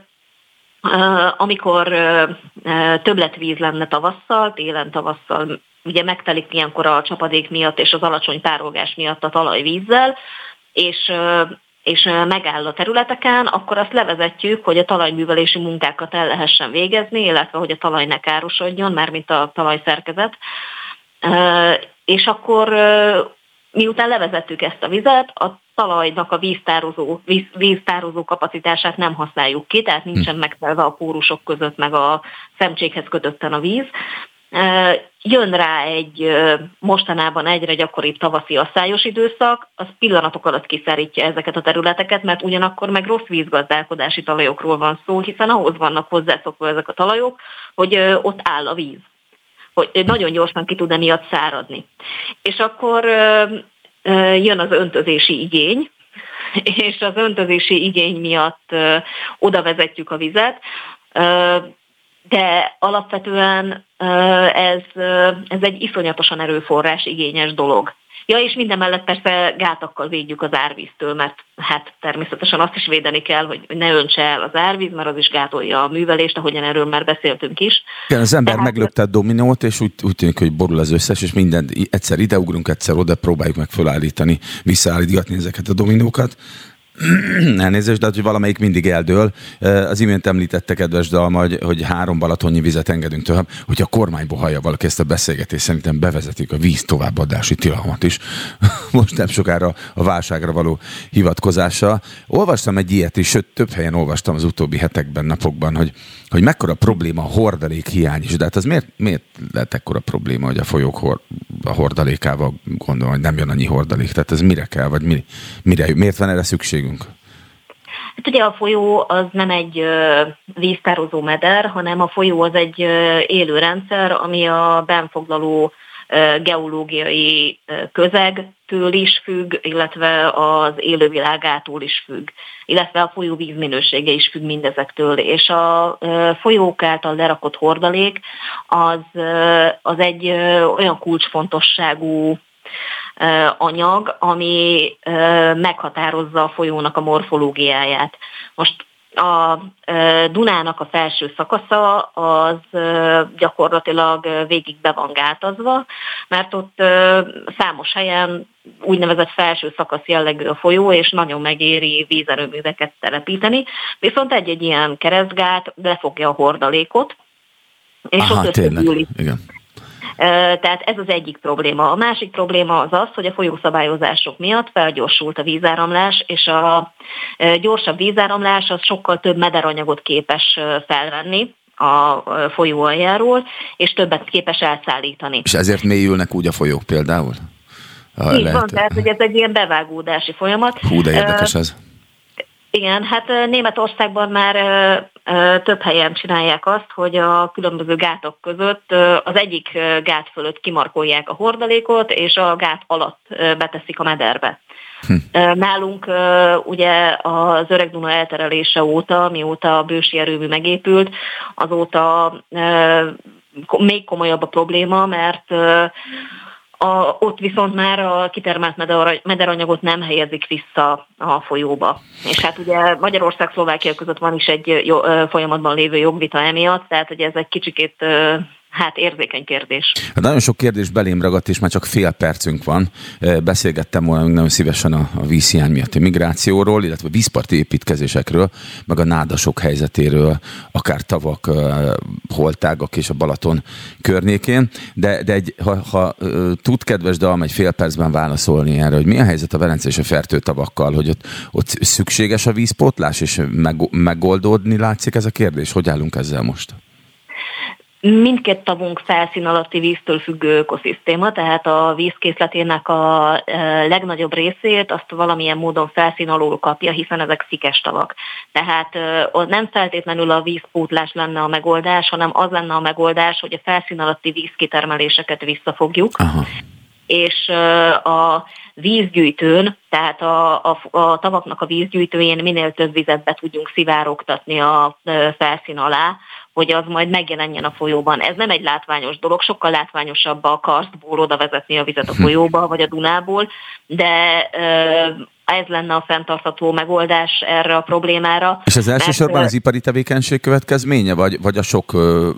amikor többletvíz lenne tavasszal, télen-tavasszal, ugye megtelik ilyenkor a csapadék miatt és az alacsony párolgás miatt a talaj vízzel, és megáll a területeken, akkor azt levezetjük, hogy a talajművelési munkákat el lehessen végezni, illetve hogy a talaj ne károsodjon, mármint a talajszerkezet. És akkor miután levezettük ezt a vizet, a talajnak a víztározó kapacitását nem használjuk ki, tehát nincsen megtelve a pórusok között, meg a szemcsékhez kötötten a víz. Jön rá egy mostanában egyre gyakoribb tavaszi asszályos időszak, az pillanatok alatt kiszárítja ezeket a területeket, mert ugyanakkor meg rossz vízgazdálkodási talajokról van szó, hiszen ahhoz vannak hozzászokva ezek a talajok, hogy ott áll a víz, hogy nagyon gyorsan ki tud emiatt száradni. És akkor jön az öntözési igény, és az öntözési igény miatt oda vezetjük a vizet, de alapvetően ez egy iszonyatosan erőforrás igényes dolog. Ja, és mindemellett persze gátakkal védjük az árvíztől, mert hát természetesen azt is védeni kell, hogy ne öntse el az árvíz, mert az is gátolja a művelést, ahogyan erről már beszéltünk is. Igen, az ember meglökte a dominót, és úgy tűnik, hogy borul az összes, és minden egyszer ideugrunk, egyszer oda, próbáljuk meg felállítani, visszaállítgatni ezeket a dominókat. Elnézést, de hogy valamelyik mindig eldől. Az imént említette, kedves Dalma, hogy 3 balatonnyi vizet engedünk tovább. Hogyha a kormányból hallja valaki ezt a beszélgetést, szerintem bevezetik a víz továbbadási tilalmat is. Most nem sokára a válságra való hivatkozással. Olvastam egy ilyet is, sőt, több helyen olvastam az utóbbi hetekben, napokban, hogy mekkora probléma a hordalék hiány is. De hát az miért lehet ekkora probléma, hogy a folyók a hordalékával gondolom, hogy nem jön annyi hordalék? Tehát ez mire kell, vagy miért van erre szükségünk? Hát ugye a folyó az nem egy víztározó meder, hanem a folyó az egy élő rendszer, ami a benfoglaló geológiai közegtől is függ, illetve az élővilágától is függ, illetve a folyó vízminősége is függ mindezektől. És a folyók által lerakott hordalék az egy olyan kulcsfontosságú anyag, ami meghatározza a folyónak a morfológiáját. Most a Dunának a felső szakasza az gyakorlatilag végig be van gátazva, mert ott számos helyen úgynevezett felső szakasz jellegű a folyó, és nagyon megéri vízerőműveket telepíteni. Viszont egy ilyen keresztgát lefogja a hordalékot, és ott összegyűlik. Igen. Tehát ez az egyik probléma. A másik probléma az, hogy a folyószabályozások miatt felgyorsult a vízáramlás, és a gyorsabb vízáramlás az sokkal több mederanyagot képes felvenni a folyó aljáról, és többet képes elszállítani. És ezért mélyülnek úgy a folyók például? Így van, tehát hogy ez egy ilyen bevágódási folyamat. Hú, de érdekes ez. Igen, hát Németországban már több helyen csinálják azt, hogy a különböző gátak között az egyik gát fölött kimarkolják a hordalékot, és a gát alatt beteszik a mederbe. Nálunk ugye az Öreg Duna elterelése óta, mióta a bősi erőmű megépült, azóta még komolyabb a probléma, mert ott viszont már a kitermelt mederanyagot nem helyezik vissza a folyóba. És hát ugye Magyarország-Szlovákia között van is egy folyamatban lévő jogvita emiatt, tehát hogy ez egy kicsikét érzékeny kérdés. Hát nagyon sok kérdés belém ragadt, és már csak fél percünk van. Beszélgettem volna nagyon szívesen a vízhiány miatti migrációról, illetve vízparti építkezésekről, meg a nádasok helyzetéről, akár tavak, holtágak és a Balaton környékén. De ha tud, kedves Dalma, egy fél percben válaszolni erre, hogy mi a helyzet a Velence és a Fertő tavakkal, hogy ott szükséges a vízpótlás, és megoldódni látszik ez a kérdés? Hogy állunk ezzel most? Mindkét tavunk felszín alatti víztől függő ökoszisztéma, tehát a vízkészletének a legnagyobb részét azt valamilyen módon felszín alól kapja, hiszen ezek szikes tavak. Tehát nem feltétlenül a vízpótlás lenne a megoldás, hanem az lenne a megoldás, hogy a felszín alatti vízkitermeléseket visszafogjuk. Aha. És a vízgyűjtőn, tehát a tavaknak a vízgyűjtőjén minél több vizet be tudjunk szivárogtatni a felszín alá, hogy az majd megjelenjen a folyóban. Ez nem egy látványos dolog, sokkal látványosabb a karsztból oda vezetni a vizet a folyóba, vagy a Dunából, de ez lenne a fenntartható megoldás erre a problémára. És ez elsősorban az ipari tevékenység következménye, vagy a sok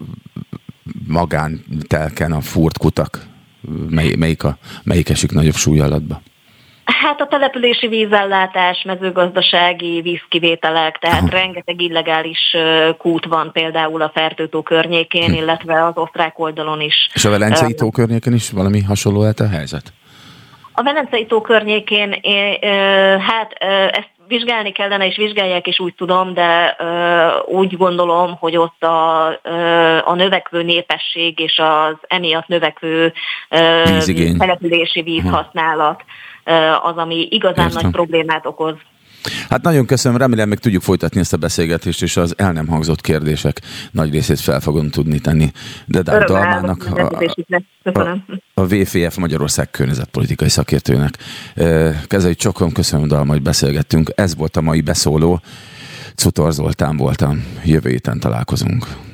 magántelken a fúrt kutak? Melyik esik nagyobb súly alattba? Hát a települési vízellátás, mezőgazdasági vízkivételek, tehát rengeteg illegális kút van például a Fertő-tó környékén, illetve az osztrák oldalon is. És a Velencei tó környékén is valami hasonló lehet a helyzet? A Velencei tó környékén, ezt vizsgálni kellene, és vizsgálják is, úgy tudom, de úgy gondolom, hogy ott a növekvő népesség és az emiatt növekvő települési vízhasználat az, ami igazán nagy problémát okoz. Hát nagyon köszönöm, remélem még tudjuk folytatni ezt a beszélgetést, és az el nem hangzott kérdések nagy részét fel fogom tudni tenni. De Dalmának, a WFF Magyarország környezetpolitikai szakértőnek. Kezelj csokom, köszönöm, Dalma, hogy beszélgettünk. Ez volt a mai beszóló. Cutor Zoltán voltam. Jövő héten találkozunk.